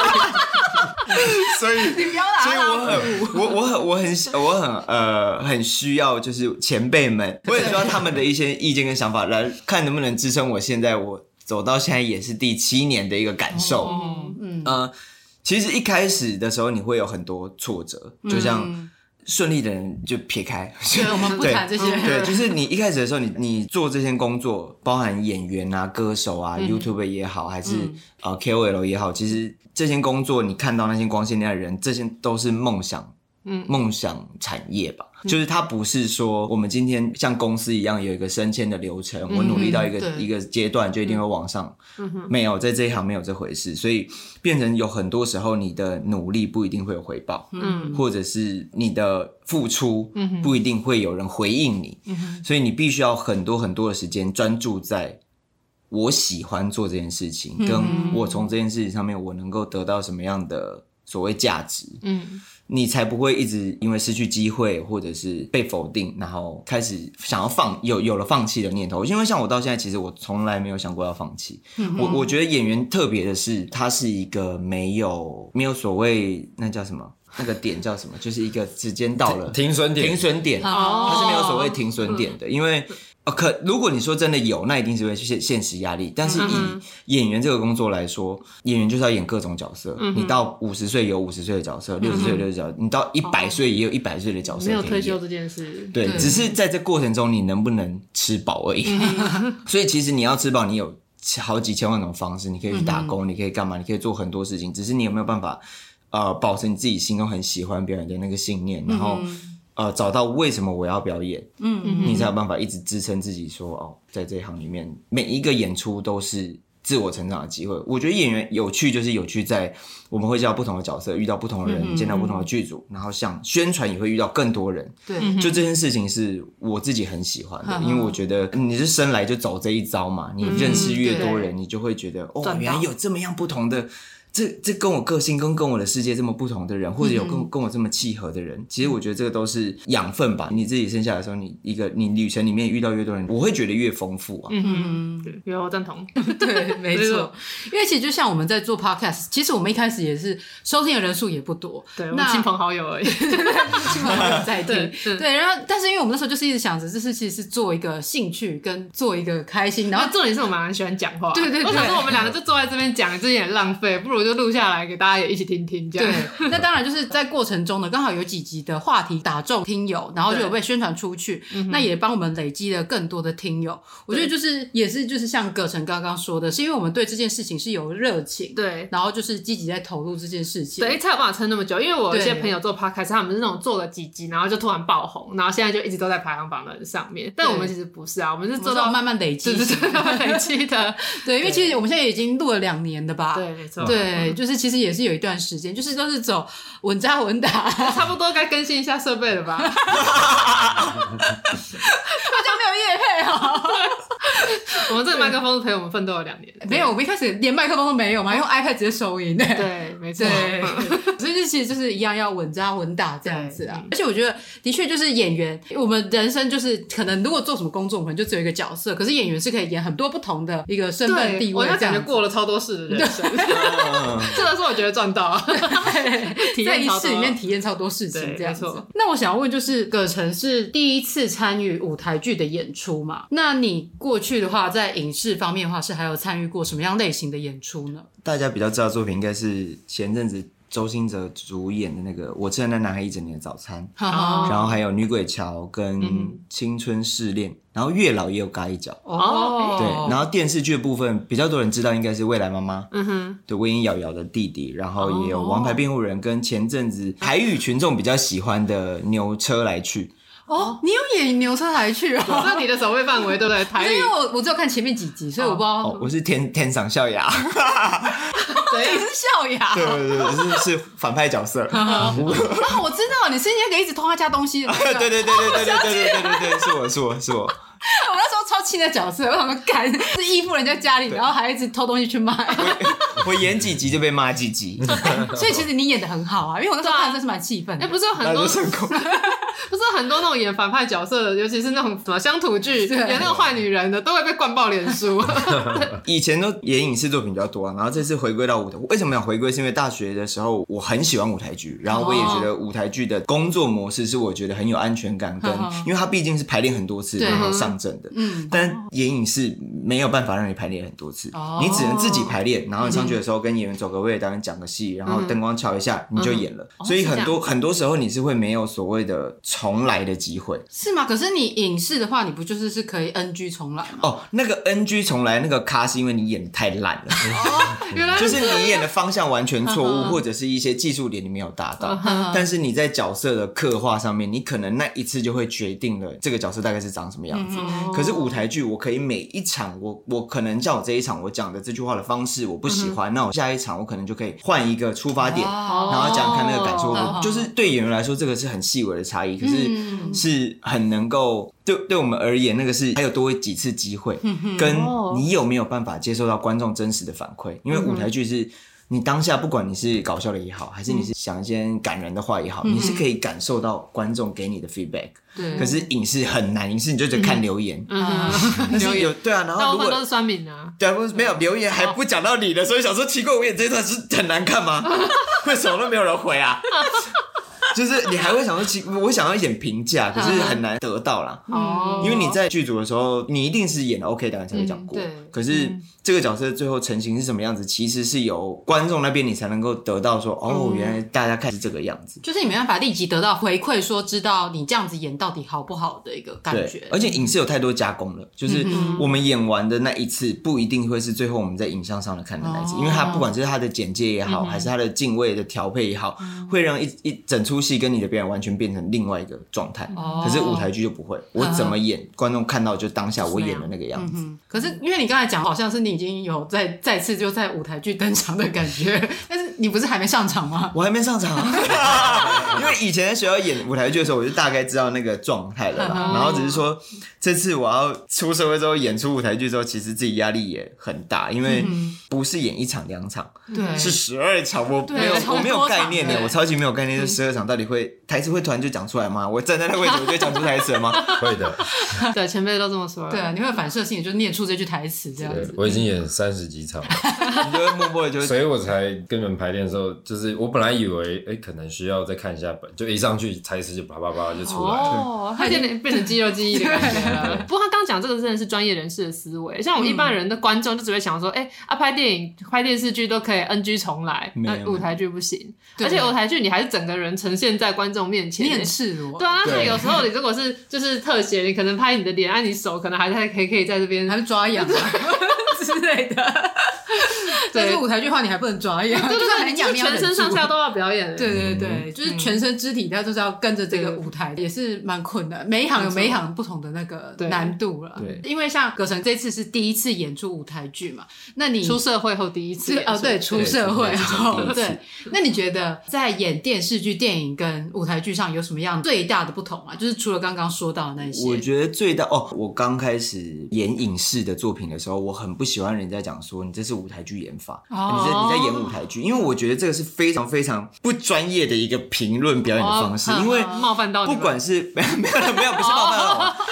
所以你不要拿我很需要就是前辈们，我也需要他们的一些意见跟想法，来看能不能支撑我走到现在也是第7年的一个感受。其实一开始的时候你会有很多挫折，就像顺利的人就撇开， 对，我们不谈这些。 对，就是你一开始的时候，你做这些工作，包含演员啊、歌手啊、YouTuber 也好，还是KOL 也好，其实这些工作你看到那些光鲜亮丽的人，这些都是梦想产业吧。就是它不是说我们今天像公司一样有一个升迁的流程，我努力到一个阶段就一定会往上，没有，在这一行没有这回事，所以变成有很多时候你的努力不一定会有回报，或者是你的付出不一定会有人回应你，所以你必须要很多很多的时间专注在我喜欢做这件事情，跟我从这件事情上面我能够得到什么样的所谓价值，你才不会一直因为失去机会或者是被否定，然后开始想要有了放弃的念头。因为像我到现在，其实我从来没有想过要放弃。我觉得演员特别的是，他是一个没有所谓那叫什么。那个点叫什么？就是一个时间到了停损点， 它是没有所谓停损点的，因为如果你说真的有，那一定是会现实压力。但是以演员这个工作来说，演员就是要演各种角色。你到50岁有50岁的角色，60岁有60岁的角色，你到100岁也有100岁的角色。 没有退休这件事， 对，只是在这过程中你能不能吃饱而已。所以其实你要吃饱，你有好几千万种方式，你可以去打工，你可以干嘛，你可以做很多事情，只是你有没有办法保持你自己心中很喜欢表演的那个信念，然后找到为什么我要表演，你才有办法一直支撑自己说在这一行里面每一个演出都是自我成长的机会。我觉得演员有趣就是有趣在我们会接到不同的角色，遇到不同的人，见到不同的剧组，然后像宣传也会遇到更多人。 对， 就这件事情是我自己很喜欢的，因为我觉得你是生来就走这一招嘛，你认识越多人，你就会觉得原来有这么样不同的。这跟我个性跟我的世界这么不同的人，或者有跟我这么契合的人，其实我觉得这个都是养分吧。你自己生下来的时候，你旅程里面遇到越多人，我会觉得越丰富啊。 对，有赞同。 对，没错。因为其实就像我们在做 podcast， 其实我们一开始也是收听的人数也不多， 对，我们亲朋好友而已， 亲朋好友在听。对，然后但是因为我们那时候就是一直想着，这是其实是做一个兴趣跟做一个开心，然后重点是我们蛮喜欢讲话。对， 我想说我们两个就坐在这边讲，这也很浪费，不如就录下来给大家也一起听听这样。 对，那当然就是在过程中呢，刚好有几集的话题打中听友，然后就有被宣传出去，那也帮我们累积了更多的听友。我觉得就是像葛晨刚刚说的，是因为我们对这件事情是有热情， 对， 然后就是积极在投入这件事情， 对，才有办法撑那么久。因为我有些朋友做 podcast， 他们是那种做了几集，然后就突然爆红，然后现在就一直都在排行榜的上面。但我们其实不是啊，我们是做到慢慢累积， 对，慢慢累积的。 对，因为其实我们现在已经录了2年的吧？ 对，没错。 对，就是其实也是有一段时间，就是都是走稳扎稳打， 差不多该更新一下设备了吧？好像没有业配哦。 我们这个麦克风是陪我们奋斗了2年， 没有，我们一开始连麦克风都没有嘛，用 iPad 直接收音。 对，没错。 所以其实就是一样要稳扎稳打这样子啊。而且我觉得的确就是演员，我们人生就是可能如果做什么工作，我们就只有一个角色，可是演员是可以演很多不同的一个身份地位， 我感觉过了超多事的人生，真的是我觉得赚到， 在一次里面体验超多事情这样子。那我想要问就是葛晨是第一次参与舞台剧的演出嘛？那你过去的话在影视方面的话是还有参与过什么样类型的演出呢？ 大家比较知道的作品应该是前阵子周兴哲主演的那个《我吃了那男孩一整年的早餐》， 哦然后还有《女鬼桥》跟《青春试恋》，然后月老也有嘎一脚。 哦对，然后电视剧的部分比较多人知道，应该是未来妈妈，对，魏英瑶瑶的弟弟，然后也有王牌辩护人，跟前阵子台语群众比较喜欢的牛车来去。 哦，你有演牛车来去哦？ 那你的守备范围对不对？台语因为我只有看前面几集，所以我不知道。 我是天赏笑牙， 对，是笑牙。 对对对，是反派角色。 哦，我知道你是那个一直偷他家东西的那个。 对对对对对对对对对，是我。 我那时候超气那角色，我想说干是依附人家家里，然后还一直偷东西去卖。 我演几集就被骂几集， 所以其实你演的很好啊，因为我那时候看真是蛮气愤的。 不是有很多， 成功。 不是很多那种演反派角色的，尤其是那种什么乡土剧演那种坏女人的，都会被灌爆脸书。 以前都演影视作品比较多然后这次回归到舞台。为什么要回归？是因为大学的时候我很喜欢舞台剧，然后我也觉得舞台剧的工作模式是我觉得很有安全感跟，因为它毕竟是排练很多次然后上阵的。但演影视没有办法让你排练很多次，你只能自己排练，然后你上去的时候跟演员走个位，导演讲个戏，然后灯光调一下你就演了。所以很多时候你是会没有所谓的重来的机会。 是吗？可是你影视的话，你不就是可以 NG 重来吗？ 哦，那个 NG 重来那个咖是因为你演的太烂了。 原来就是你演的方向完全错误，或者是一些技术点你没有达到，但是你在角色的刻画上面，你可能那一次就会决定了这个角色大概是长什么样子。可是舞台剧，我可以每一场，我可能叫我这一场我讲的这句话的方式我不喜欢，那我下一场我可能就可以换一个出发点，然后讲看那个感受。就是对演员来说，这个是很细微的差异，可是是很能够对我们而言，那个是还有多几次机会，跟你有没有办法接受到观众真实的反馈，因为舞台剧是你当下不管你是搞笑的也好，还是你是想一些感人的话也好，你是可以感受到观众给你的 feedback。 对， 可是影视很难，影视你就只看留言，但是有对啊，然后如果大部分都是酸民啊， 对啊，没有留言还不讲到你的，所以想说奇怪，我演这一段是很难看吗？为什么都没有人回啊？就是你还会想说，我想要一点评价，可是很难得到啦。因为你在剧组的时候，你一定是演的 OK 导演才会讲过。可是这个角色最后成型是什么样子，其实是由观众那边你才能够得到说，哦，原来大家看是这个样子。 就是你没办法立即得到回馈，说知道你这样子演到底好不好的一个感觉。 而且影视有太多加工了，就是我们演完的那一次，不一定会是最后我们在影像上的看的那一次，因为它不管是它的剪接也好，还是它的镜位的调配也好，会让一整出戏跟你的表演完全变成另外一个状态。可是舞台剧就不会，我怎么演，观众看到就当下我演的那个样子。 可是因为你刚才讲，好像是你已经有再次就在舞台剧登场的感觉，但是你不是还没上场吗？ 我还没上场，因为以前在学校演舞台剧的时候，我就大概知道那个状态了啦。然后只是说，这次我要出社会之后演出舞台剧之后，其实自己压力也很大，因为不是演1场2场，是12场，我没有概念的，我超级没有概念，这12场到底台词会突然就讲出来吗？我站在那个位置我就讲出台词了吗？ 会的。 对，前辈都这么说。 对啊，你会反射性就念出这句台词这样子。 我已经演30几场了， 你就会默默的就会， 所以我才跟你们排练的时候，就是我本来以为可能需要再看一下本，就一上去台词就啪啪啪就出来了。 它变成肌肉记忆的感觉了。不过他刚讲这个真的是专业人士的思维，像我们一般人的观众就只会想说，拍电影、拍电视剧都可以 NG 重来，那舞台剧不行。而且舞台剧你还是整个人呈现在观众面前， 你很赤裸。 对啊，那有时候你如果是就是特写，你可能拍你的脸，你手可能还可以在这边， 还是抓痒之类的。但是舞台剧的话，你还不能抓痒，就是很痒， 全身上下都要表演。 对对对，就是全身肢体，它就是要跟着这个舞台，也是蛮困难。每一行有每一行不同的那个难度了。 对， 因为像葛城这次是第一次演出舞台剧嘛，那你出社会后第一次演出， 对，出社会后对。那你觉得在演电视剧、电影跟舞台剧上有什么样最大的不同啊？就是除了刚刚说到的那些， 我觉得最大我刚开始演影视的作品的时候，我很不喜欢人家讲说你这是舞台剧演法，你在演舞台剧，因为我觉得这个是非常非常不专业的一个评论表演的方式，因为冒犯到你不管是没有不是冒犯到我，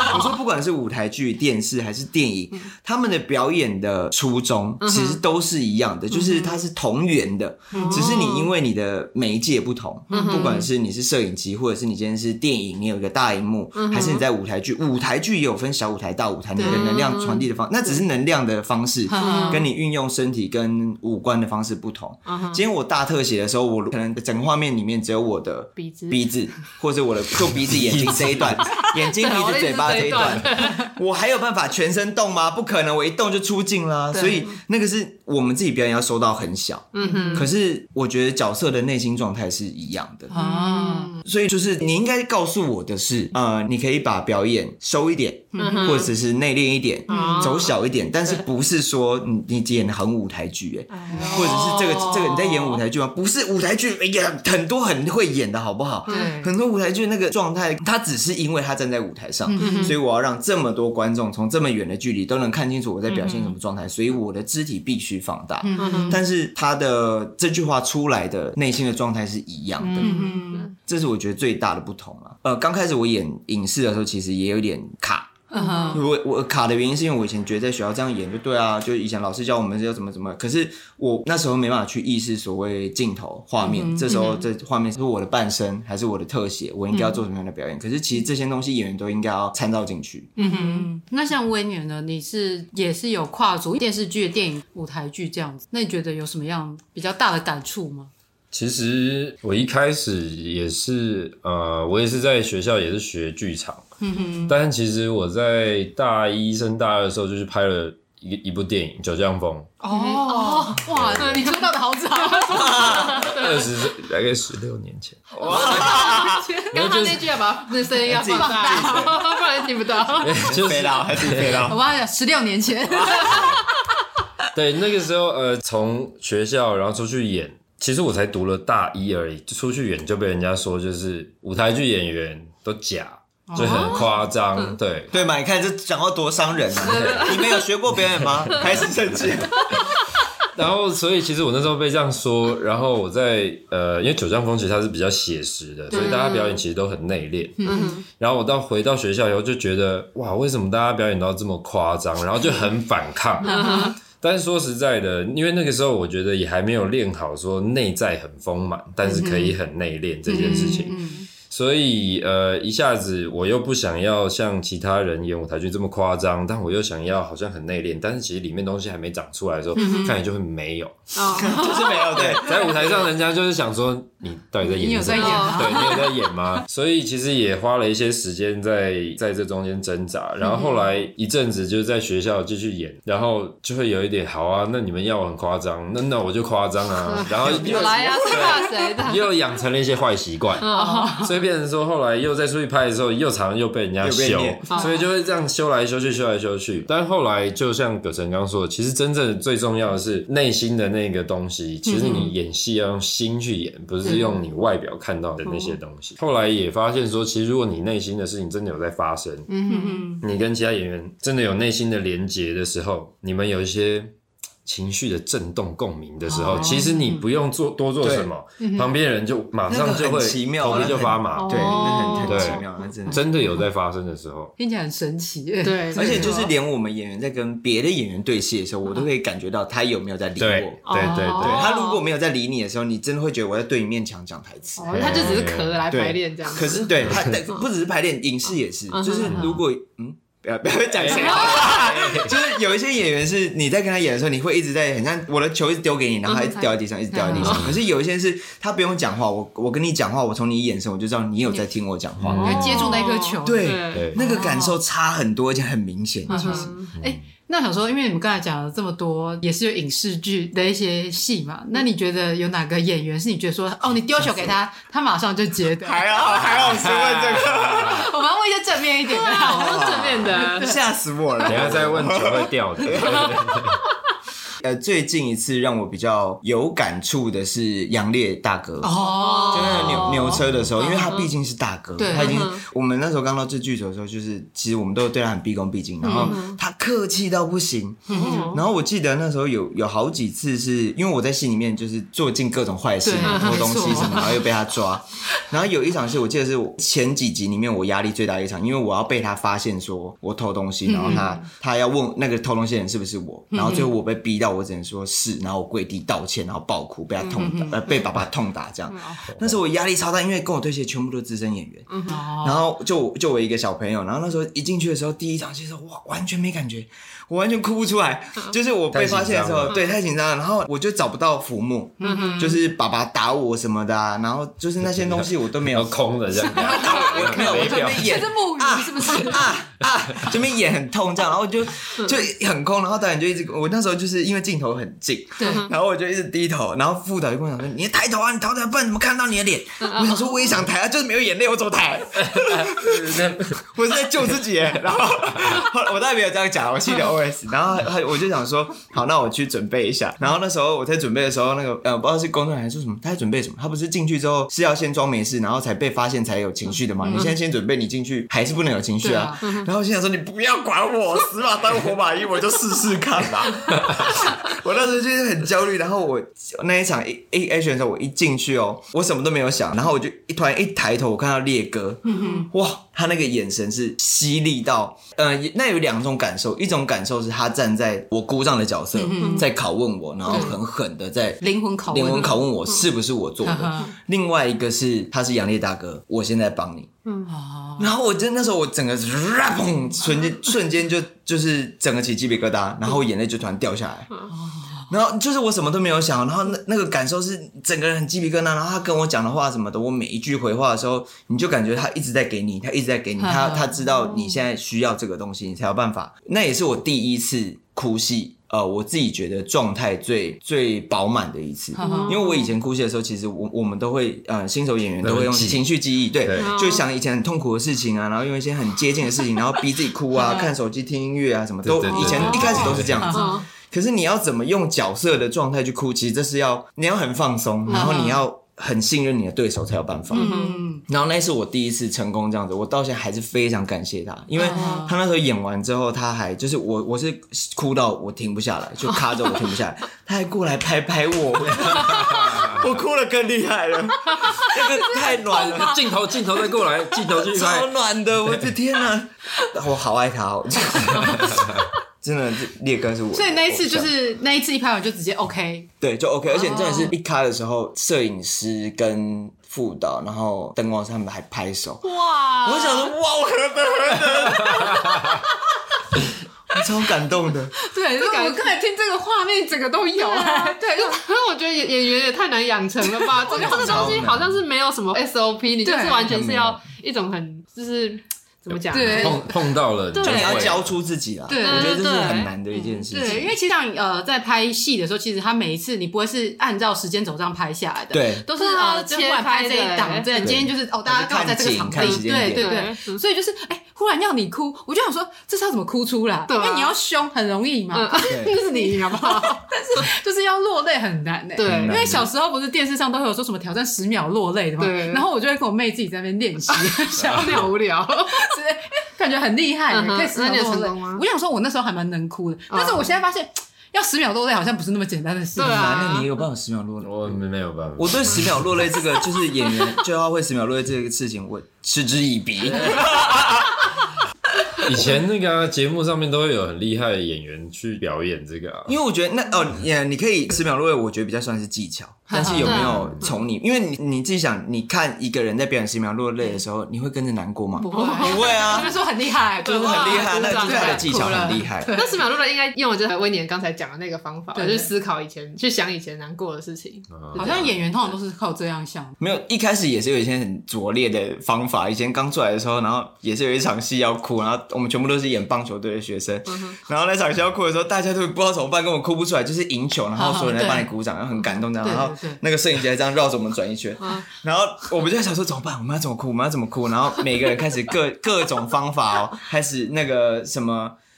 我说不管是舞台剧、电视还是电影，他们的表演的初衷其实都是一样的，就是它是同源的，只是你因为你的媒介不同，不管是你是摄影机，或者是你今天是电影，你有一个大荧幕，还是你在舞台剧，舞台剧也有分小舞台、大舞台，你的能量传递的方，那只是能量的方式，跟你运用身体跟五官的方式不同。今天我大特写的时候，我可能整个画面里面只有我的鼻子，或者我的就鼻子、眼睛这一段，眼睛、鼻子、嘴巴这一段，我还有办法全身动吗？不可能，我一动就出镜啦。所以那个是我们自己表演要收到很小，可是我觉得角色的内心状态是一样的。所以就是你应该告诉我的是，你可以把表演收一点，或者是内敛一点，走小一点，但是不是说你演很舞台剧或者是这个你在演舞台剧吗？不是舞台剧，很多很会演的好不好？很多舞台剧那个状态，他只是因为他站在舞台上，所以我要让这么多观众从这么远的距离都能看清楚我在表现什么状态，所以我的肢体必须放大。但是他的这句话出来的内心的状态是一样的，这是我觉得最大的不同啊。刚开始我演影视的时候，其实也有点卡。我卡的原因是因为我以前觉得在学校这样演就对啊，就以前老师教我们要怎么，可是我那时候没办法去意识所谓镜头画面，这时候这画面是我的半身还是我的特写，我应该要做什么样的表演，可是其实这些东西演员都应该要参照进去。 那像威廉呢，你也是有跨足电视剧、电影、舞台剧这样子，那你觉得有什么样比较大的感触吗？ 其实我一开始也是我也是在学校也是学剧场，但其实我在大一升大二的时候就去拍了一部电影《九降风》。 哇，你出道的好早 20岁，大概16年前。 刚刚那句要把那声音要放大，不然听不到。 就是飞到，还是飞到。 我忘了16年前。 对，那个时候从学校然后出去演。其实我才读了大一而已，出去演就被人家说就是舞台剧演员都假，就很夸张，对嘛？你看这讲话多伤人啊！你们有学过表演吗？开始生气。 然后，所以其实我那时候被这样说，然后我在因为九降风其实它是比较写实的，所以大家表演其实都很内敛。然后我回到学校以后就觉得，哇，为什么大家表演都这么夸张？然后就很反抗。但是说实在的，因为那个时候我觉得也还没有练好说内在很丰满，但是可以很内敛这件事情。所以一下子我又不想要像其他人演舞台剧这么夸张，但我又想要好像很内敛，但是其实里面东西还没长出来的时候，看起来就会没有， 就是没有。对， 在舞台上人家就是想说你到底在演什么？ 你有在演吗？ 对，你有在演吗？所以其实也花了一些时间在这中间挣扎，然后后来一阵子就是在学校继续演，然后就会有一点好啊，那你们要我很夸张，那我就夸张啊，然后又来啊，是怕谁的？ 又养成了一些坏习惯，所以变成说后来又再出去拍的时候，又常常又被人家修，所以就会这样修来修去，修来修去。但后来就像葛晨刚说的，其实真正最重要的是内心的那个东西。其实你演戏要用心去演，不是用你外表看到的那些东西。后来也发现说，其实如果你内心的事情真的有在发生，你跟其他演员真的有内心的连结的时候，你们有一些情绪的震动共鸣的时候，其实你不用多做什么，旁边的人就马上就会头皮就发麻。 对，那很奇妙，那真的有在发生的时候， 听起来很神奇。 对， 而且就是连我们演员在跟别的演员对戏的时候，我都可以感觉到他有没有在理我。 对， 他如果没有在理你的时候，你真的会觉得我在对你面墙讲台词。 他就只是壳来排练这样。 可是对他不只是排练，影视也是，就是如果不要讲谁，就是有一些演员是你在跟他演的时候，你会一直在很像我的球一直丢给你，然后他一直掉在地上，一直掉在地上。可是有一些是他不用讲话，我跟你讲话，我从你眼神我就知道你有在听我讲话， 你会接住那颗球。 对，那个感受差很多，而且很明显。其实， 那我想说，因为你们刚才讲了这么多，也是有影视剧的一些戏嘛，那你觉得有哪个演员是你觉得说，你丢球给他，他马上就接的？ 还好是问这个， 我们问一些正面一点的， 好正面的， 吓死我了！ 等一下再问球会掉的。 最近一次让我比较有感触的是杨烈大哥哦，就那个牛车的时候，因为他毕竟是大哥，他已经我们那时候刚到这剧组的时候，就是其实我们都对他很毕恭毕敬，然后他客气到不行，然后我记得那时候有好几次是因为我在戏里面就是做尽各种坏事嘛，偷东西什么，然后又被他抓，然后有一场戏我记得是我前几集里面我压力最大的一场，因为我要被他发现说我偷东西，然后他要问那个偷东西的人是不是我，然后最后我被逼到我只能说是，然后我跪地道歉，然后爆哭，被他痛打，被爸爸痛打这样。那时候我压力超大，因为跟我对戏全部都是资深演员，然后就我一个小朋友，然后那时候一进去的时候，第一场戏的时候，哇，完全没感觉，我完全哭不出来，就是我被发现的时候，对，太紧张了，然后我就找不到浮木，就是爸爸打我什么的啊，然后就是那些东西我都没有空的这样， 我没有，我这边演是木鱼是不是？ 这边演很痛这样，然后就很空，然后导演就一直，我那时候就是因为镜头很近，对，然后我就一直低头，然后副导就跟我讲说：“你抬头啊，你抬头，不然怎么看到你的脸？”我想说我也想抬啊，就是没有眼泪，我怎么抬？我是在救自己耶。然后我当然没有这样讲，我心里 OS。然后我就想说，好，那我去准备一下。然后那时候我在准备的时候，那个不知道是工作人员还是说什么，他在准备什么？他不是进去之后是要先装没事，然后才被发现才有情绪的嘛？你现在先准备，你进去还是不能有情绪啊。然后我心想说，你不要管我，死马当活马医，我就试试看吧。我那时候就是很焦虑，然后我那一场一 action 的时候，我一进去哦，我什么都没有想，然后我就突然一抬头，我看到烈哥，哇，他那个眼神是犀利到，那有两种感受，一种感受是他站在我姑丈的角色，在拷问我，然后很狠的在灵魂拷问我是不是我做的，另外一个是他是杨烈大哥，我现在帮你。然后我真那时候我整个瞬间就是整个起鸡皮疙瘩，然后眼泪就突然掉下来。然后就是我什么都没有想，然后那个感受是整个人很鸡皮疙瘩，然后他跟我讲的话什么的，我每一句回话的时候，你就感觉他一直在给你，他知道你现在需要这个东西，你才有办法。那也是我第一次哭戏。我自己觉得状态最饱满的一次，因为我以前哭戏的时候，其实我们都会新手演员都会用情绪记忆，对，就想以前很痛苦的事情啊，然后用一些很接近的事情，然后逼自己哭啊，看手机听音乐啊什么的，都以前一开始都是这样子。可是你要怎么用角色的状态去哭，其实这是你要很放松，然后你要很信任你的对手才有办法。然后那是我第一次成功这样子，我到现在还是非常感谢他，因为他那时候演完之后，他还就是我是哭到我停不下来，就卡着我停不下来，他还过来拍我，我哭了更厉害了，那个太暖了， 镜头再过来，镜头继续拍， 超暖的，我的天哪，我好爱他哦。真的，烈哥是我， 所以那一次就是那一次一拍完就直接 OK， 对，就 OK， 而且真的是一卡的时候，摄影师跟副导，然后灯光师他们还拍手，哇！我想说，哇，我何德，我超感动的。 对，我刚才听这个画面，整个都有。 对，可是我觉得演员也太难养成了吧？这个东西好像是没有什么 SOP， 你就是完全是要一种很就是。怎么讲？ 对， 碰到了， 就你要交出自己啦。对，我觉得这是很难的一件事情。 对，因为其实像在拍戏的时候，其实他每一次你不会是按照时间轴这样拍下来的， 对， 都是就忽然拍这一档，对，今天就是大家刚好在这个场地，对，所以就是忽然要你哭，我就想说这是要怎么哭出来？因为你要凶很容易嘛，就是你好不好？但是就是要落泪很难对，因为小时候不是电视上都会有说什么挑战10秒落泪的嘛，对，然后我就会跟我妹自己在那边练习， 小鸟无聊。 感觉很厉害，可以10秒落泪吗？ 我想说，我那时候还蛮能哭的，但是我现在发现，要10秒落泪好像不是那么简单的事。 对啊， 那你有办法10秒落泪？ 我没有办法。 我对10秒落泪这个，就是演员就要会10秒落泪这个事情，我嗤之以鼻。 以前那个节目上面都会有很厉害的演员去表演这个因为我觉得你可以10秒落泪，我觉得比较算是技巧。但是有没有从你，因为你自己想，你看一个人在表演10秒落泪的时候，你会跟着难过吗？ 不会啊， 就是说很厉害， 就是很厉害，那就是他的技巧很厉害。 那10秒落泪应该用的就是威廉刚才讲的那个方法，就是思考以前，去想以前难过的事情。 好像演员通常都是靠这样想。 没有，一开始也是有一些很拙劣的方法。以前刚出来的时候，然后也是有一场戏要哭，然后我们全部都是演棒球队的学生，然后那场戏要哭的时候，大家都不知道怎么办，根本哭不出来，就是赢球，然后所有人在帮你鼓掌，然后很感动这样，然后那个摄影机还这样绕着我们转一圈，然后我们就在想说怎么办，我们要怎么哭，然后每个人开始各种方法开始那个什么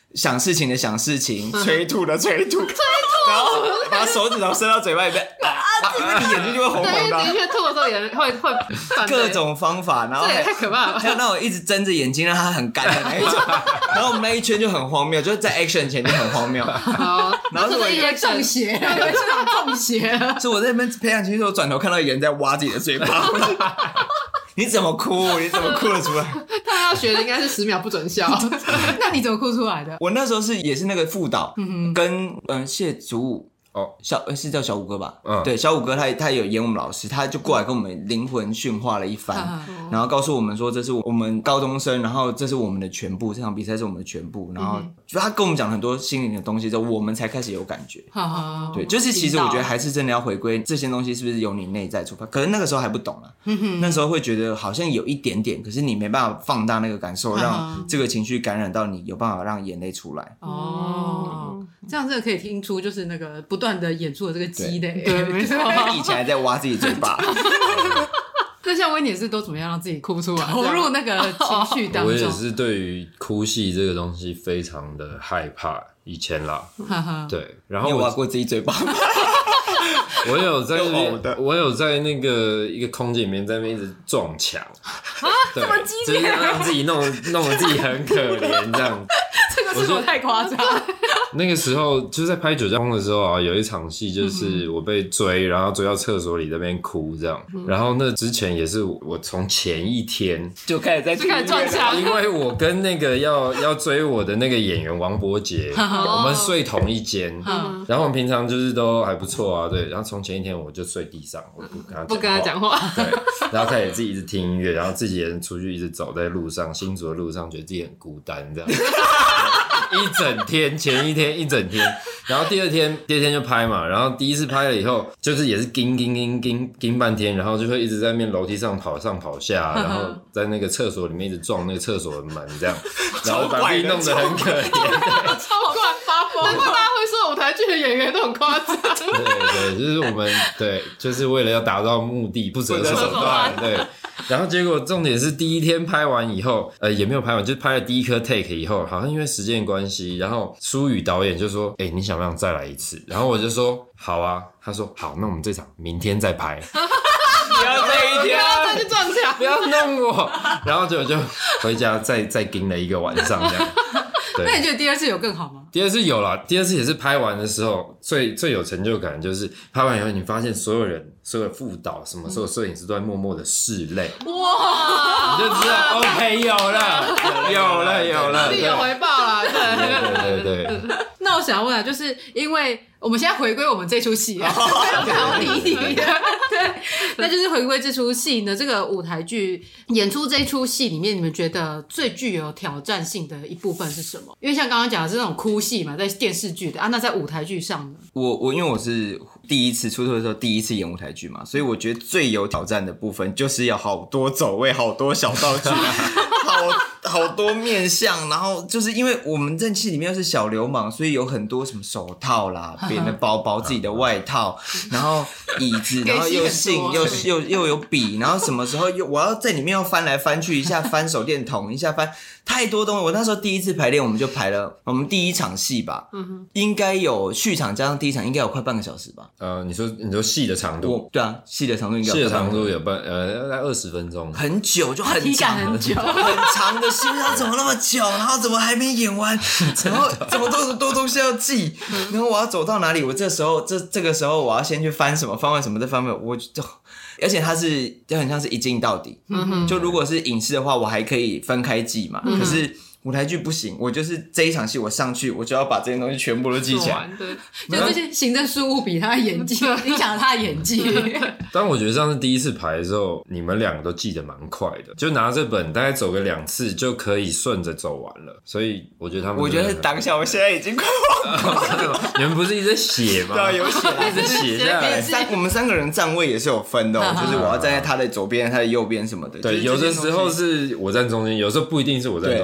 想事情的想事情，催吐的催吐，然后把手指头伸到嘴巴里面，你眼睛就会红红的。 的确吐的时候也会各种方法，然后这也太可怕了吧。 还有那种一直睁着眼睛让它很干的那一种，然后我们那一圈就很荒谬，就是在 action 前就很荒谬。然后是我以为中邪，以为是场中邪了。 是我在那边培养情绪的时候，转头看到一个人在挖自己的嘴巴。你怎么哭？你怎么哭了出来？ 他要学的应该是10秒不准笑。 那你怎么哭出来的？ 我那时候也是那个副导，跟谢祖武。是叫小五哥吧？对，小五哥他有演我们老师，他就过来跟我们灵魂训话了一番，然后告诉我们说这是我们高中生，然后这是我们的全部，这场比赛是我们的全部，然后就他跟我们讲很多心灵的东西之后，我们才开始有感觉。对，就是其实我觉得还是真的要回归这些东西是不是由你内在出发，可是那个时候还不懂啊，那时候会觉得好像有一点点，可是你没办法放大那个感受，让这个情绪感染到你，有办法让眼泪出来。 这样真的可以听出就是那个不断的演出的这个积累。 对，没错。 以前还在挖自己嘴巴。 那像威尼是都怎么样让自己哭出来，投入那个情绪当中？ 我也是对于哭戏这个东西非常的害怕，以前啦，对，然后你有挖过自己嘴巴吗？ 我有在那个一个空间里面在那边一直撞墙，对，就是让自己弄得自己很可怜这样。 这个是否太夸张？ 那个时候就是在拍《九江风》的时候啊，有一场戏就是我被追，然后追到厕所里那边哭这样。然后那之前也是我从前一天就开始撞墙， 因为我跟那个要追我的那个演员王柏杰，我们睡同一间，然后我们平常就是都还不错啊，对。然后从前一天我就睡地上，我不跟他讲话，对。然后开始自己一直听音乐，然后自己人出去一直走在路上，新竹的路上，觉得自己很孤单这样。一整天，前一天一整天，然后第二天就拍嘛，然后第一次拍了以后，就是也是盯半天，然后就会一直在那边楼梯上跑上跑下，然后在那个厕所里面一直撞那个厕所的门这样，然后把自己弄得很可怜， 超快发疯，难怪大家会说舞台剧的演员都很夸张。 对，就是我们对，就是为了要达到目的不择手段，对。然后结果重点是第一天拍完以后，也没有拍完，就拍了第一颗 take 以后，好像因为时间关系，然后舒宇导演就说：“你想不想再来一次？”然后我就说：“好啊。”他说：“好，那我们这场明天再拍。” 不要这一天， 再去撞墙， 不要弄我。然后就回家再盯了一个晚上这样。 那你觉得第二次有更好吗？ 第二次有啦，第二次也是拍完的时候最有成就感，就是拍完以后你发现所有人、所有副导、所有摄影师都在默默的拭泪，哇，你就知道 OK 有了， 自己有回报啦， 对。 那我想问啊，就是因为我们现在回归我们这出戏啊，考理你的，对，那就是回归这出戏呢，这个舞台剧演出这出戏里面，你们觉得最具有挑战性的一部分是什么？因为像刚刚讲的是那种哭戏嘛，在电视剧的啊，那在舞台剧上呢？ 我因为我是第一次出道的时候第一次演舞台剧嘛，所以我觉得最有挑战的部分就是要好多走位，好多小道具，好多面向，然后就是因为我们在戏里面又是小流氓，所以有很多什么手套啦、别人的包包、自己的外套，然后椅子，然后又信又有笔，然后什么时候我要在里面要翻来翻去，一下翻手电筒，一下翻太多东西。我那时候第一次排练，我们就排了我们第一场戏吧，应该有续场加上第一场应该有快半个小时吧。 你说戏的长度？ 对啊，戏的长度应该有戏的长度有大概20分钟， 很久就很长， 很久， 很长的戏，它怎么那么久？然后怎么还没演完？然后怎么多东西要记？然后我要走到哪里？我这个时候我要先去翻什么？翻完什么再翻完？我就。而且它是就很像是一镜到底，就如果是影视的话，我还可以分开记嘛，可是舞台剧不行，我就是这一场戏我上去，我就要把这些东西全部都记起来。 对，就这些行政事务比他的演技影响了他的演技。 但我觉得上次第一次排的时候，你们两个都记得蛮快的，就拿这本大概走个2次就可以顺着走完了。所以我觉得我觉得当下我现在已经快忘了。 你们不是一直在写吗？ 对啊，有写， 一直写下来。 我们3个人站位也是有分的，就是我要站在他的左边、他的右边什么的。 对，有的时候是我站中间，有时候不一定是我站中间，有时候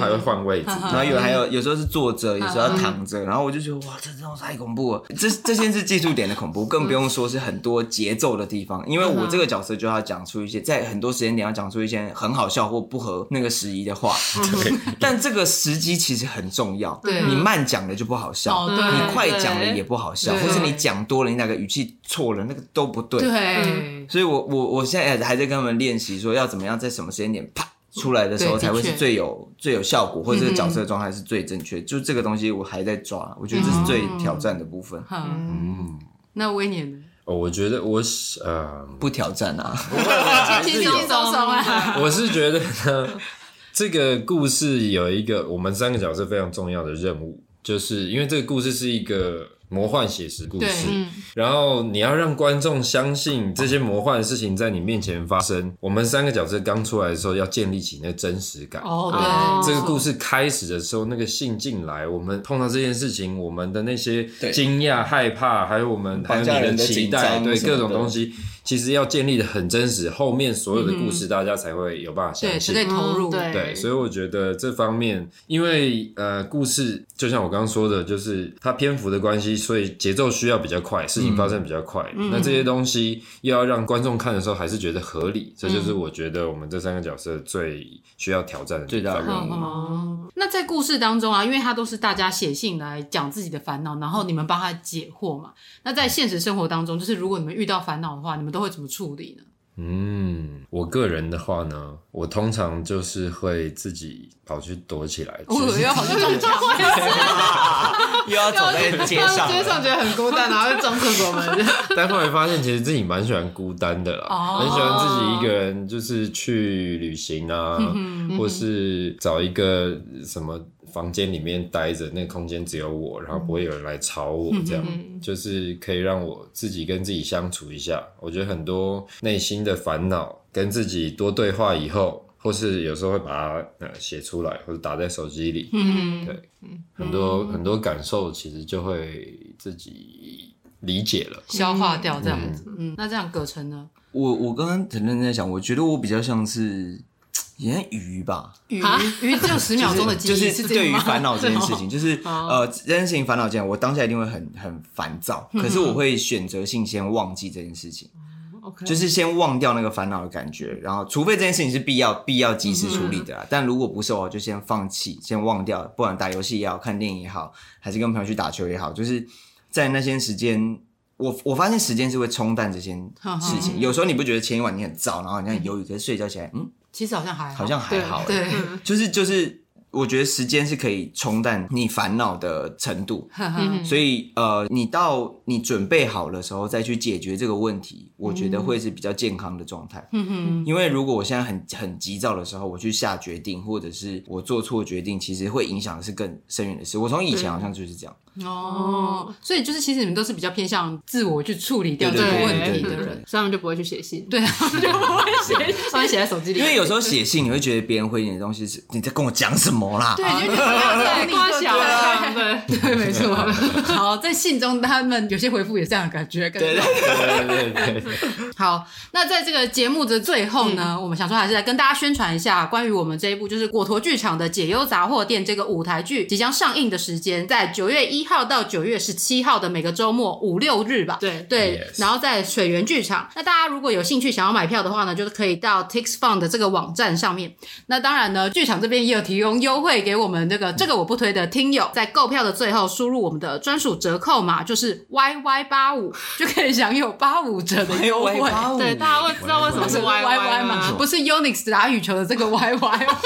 还会换位置， 然后有时候是坐着，有时候要躺着，然后我就觉得哇，这真的太恐怖了。这些是技术点的恐怖，更不用说是很多节奏的地方。因为我这个角色就要讲出一些在很多时间点要讲出一些很好笑或不合那个时宜的话，但这个时机其实很重要。你慢讲的就不好笑，你快讲的也不好笑，或是你讲多了，你哪个语气错了，那个都不对。所以我现在还在跟他们练习，说要怎么样在什么时间点啪出来的时候才会是最有效果，或者这个角色的状态是最正确。就这个东西我还在抓，我觉得这是最挑战的部分。 那威廉呢？ 我觉得不挑战啊， 轻轻松松啊。 我是觉得呢，这个故事有一个我们3个角色非常重要的任务，就是因为这个故事是一个魔幻写实故事，然后你要让观众相信这些魔幻的事情在你面前发生。我们3个角色刚出来的时候要建立起那个真实感。这个故事开始的时候，那个信进来，我们碰到这件事情，我们的那些惊讶、害怕，还有你的期待，对各种东西，其实要建立的很真实，后面所有的故事大家才会有办法相信， 对，投入。 对，所以我觉得这方面，因为故事就像我刚刚说的，就是它篇幅的关系，所以节奏需要比较快，事情发生比较快。那这些东西又要让观众看的时候还是觉得合理，这就是我觉得我们这3个角色最需要挑战的最大的任务。 那在故事当中啊，因为它都是大家写信来讲自己的烦恼，然后你们帮他解惑嘛。那在现实生活当中，就是如果你们遇到烦恼的话，你们都会怎么处理呢？ 我个人的话呢，我通常就是会自己跑去躲起来。 又要跑去中奖， 又要走在街上， 街上觉得很孤单，然后就装厕所门。 但后来发现，其实自己蛮喜欢孤单的啦，很喜欢自己一个人，就是去旅行啊，或是找一个什么房间里面待着，那个空间只有我，然后不会有人来吵我，这样就是可以让我自己跟自己相处一下。我觉得很多内心的烦恼跟自己多对话以后，或是有时候会把它写出来，或者打在手机里，对，很多感受其实就会自己理解了， 消化掉这样子。那这样葛晨呢？ 我刚刚很认真在想，我觉得我比较像是也像鱼吧， 鱼只有10秒钟的记忆， 就是对于烦恼这件事情，就是这件事情烦恼进来，我当下一定会很烦躁，可是我会选择性先忘记这件事情。就是先忘掉那个烦恼的感觉，然后除非这件事情是必要及时处理的啦，但如果不是的话，就先放弃，先忘掉，不管打游戏也好，看电影也好，还是跟朋友去打球也好，就是在那些时间，我发现时间是会冲淡这些事情。有时候你不觉得前一晚你很燥，然后你很忧郁，可是睡觉起来， 其实好像还好， 对， 就是我觉得时间是可以冲淡你烦恼的程度，所以你到你准备好的时候再去解决这个问题，我觉得会是比较健康的状态。因为如果我现在很急躁的时候，我去下决定，或者是我做错决定，其实会影响的是更深远的事。我从以前好像就是这样。 所以就是其实你们都是比较偏向自我去处理掉这个问题的人， 所以他们就不会去写信。 对，他们就不会写信，他们写在手机里。 因为有时候写信，你会觉得别人回你的东西是你在跟我讲什么啦？ 对，就觉得瓜小对，没错。好，在信中他们有些回复也是这样的感觉。 对。 好，那在这个节目的最后呢，我们想说还是来跟大家宣传一下关于我们这一部就是果陀剧场的解忧杂货店这个舞台剧即将上映的时间，在9月1号到9月17号的每个周末5、6日吧。对， yes. 然后在水源剧场。那大家如果有兴趣想要买票的话呢，就是可以到 TixFun 的这个网站上面。那当然呢，剧场这边也有提供优惠给我们这个我不推的听友，在购票的最后输入我们的专属折扣码，就是 YY85 就可以享有85折的优惠。 对，大家会知道为什么是 YY 吗？ 不是 Unix 打羽球的这个 YY。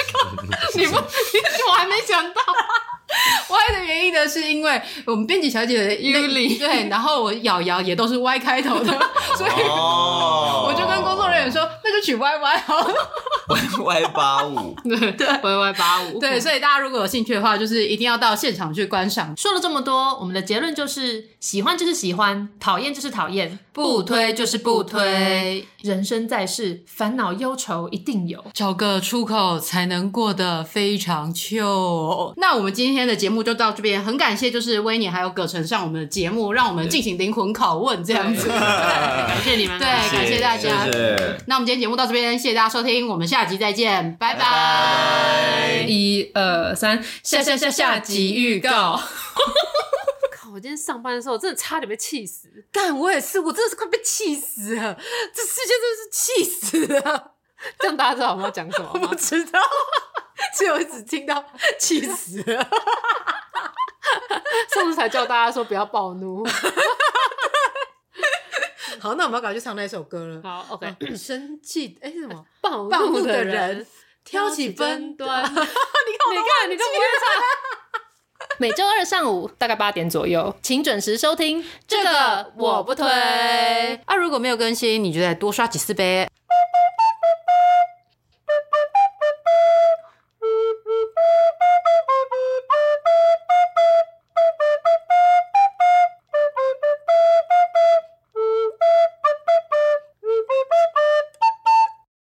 我还没想到。 Y 的原因呢，是因为我们编辑小姐的 Yuli 对，然后我瑶瑶也都是 Y 开头的，所以我就跟工作人员说，那就取 YY 好了。 YY85， 对 YY85， 对，所以大家如果有兴趣的话，就是一定要到现场去观赏。 说了这么多，我们的结论就是喜欢就是喜欢，讨厌就是讨厌， 不推就是不推。 人生在世，烦恼忧愁一定有， 找个出口才能过得非常糗。那我们今天的节目就到这边，很感谢就是威廉还有葛晨上我们的节目，让我们进行灵魂拷问这样子。 感谢你们， 对，感谢大家。 谢谢。 那我们今天节目到这边，谢谢大家收听，我们下下集再见，拜拜。 1、2、3，下集预告。 靠！我今天上班的时候真的差点被气死。 干，我也是，我真的是快被气死了，这世界真的是气死了。 这样大家知道我们要讲什么吗？ 不知道，只有只听到气死了。 上次才叫大家说不要暴怒。 好，那我们要赶快去唱那首歌了。 好 ，OK。 生气，是什么？ 暴怒的人挑起分端。你看， 你都不会唱。 每周二上午大概8点左右，请准时收听。这个我不推。 如果没有更新，你就再多刷几次呗。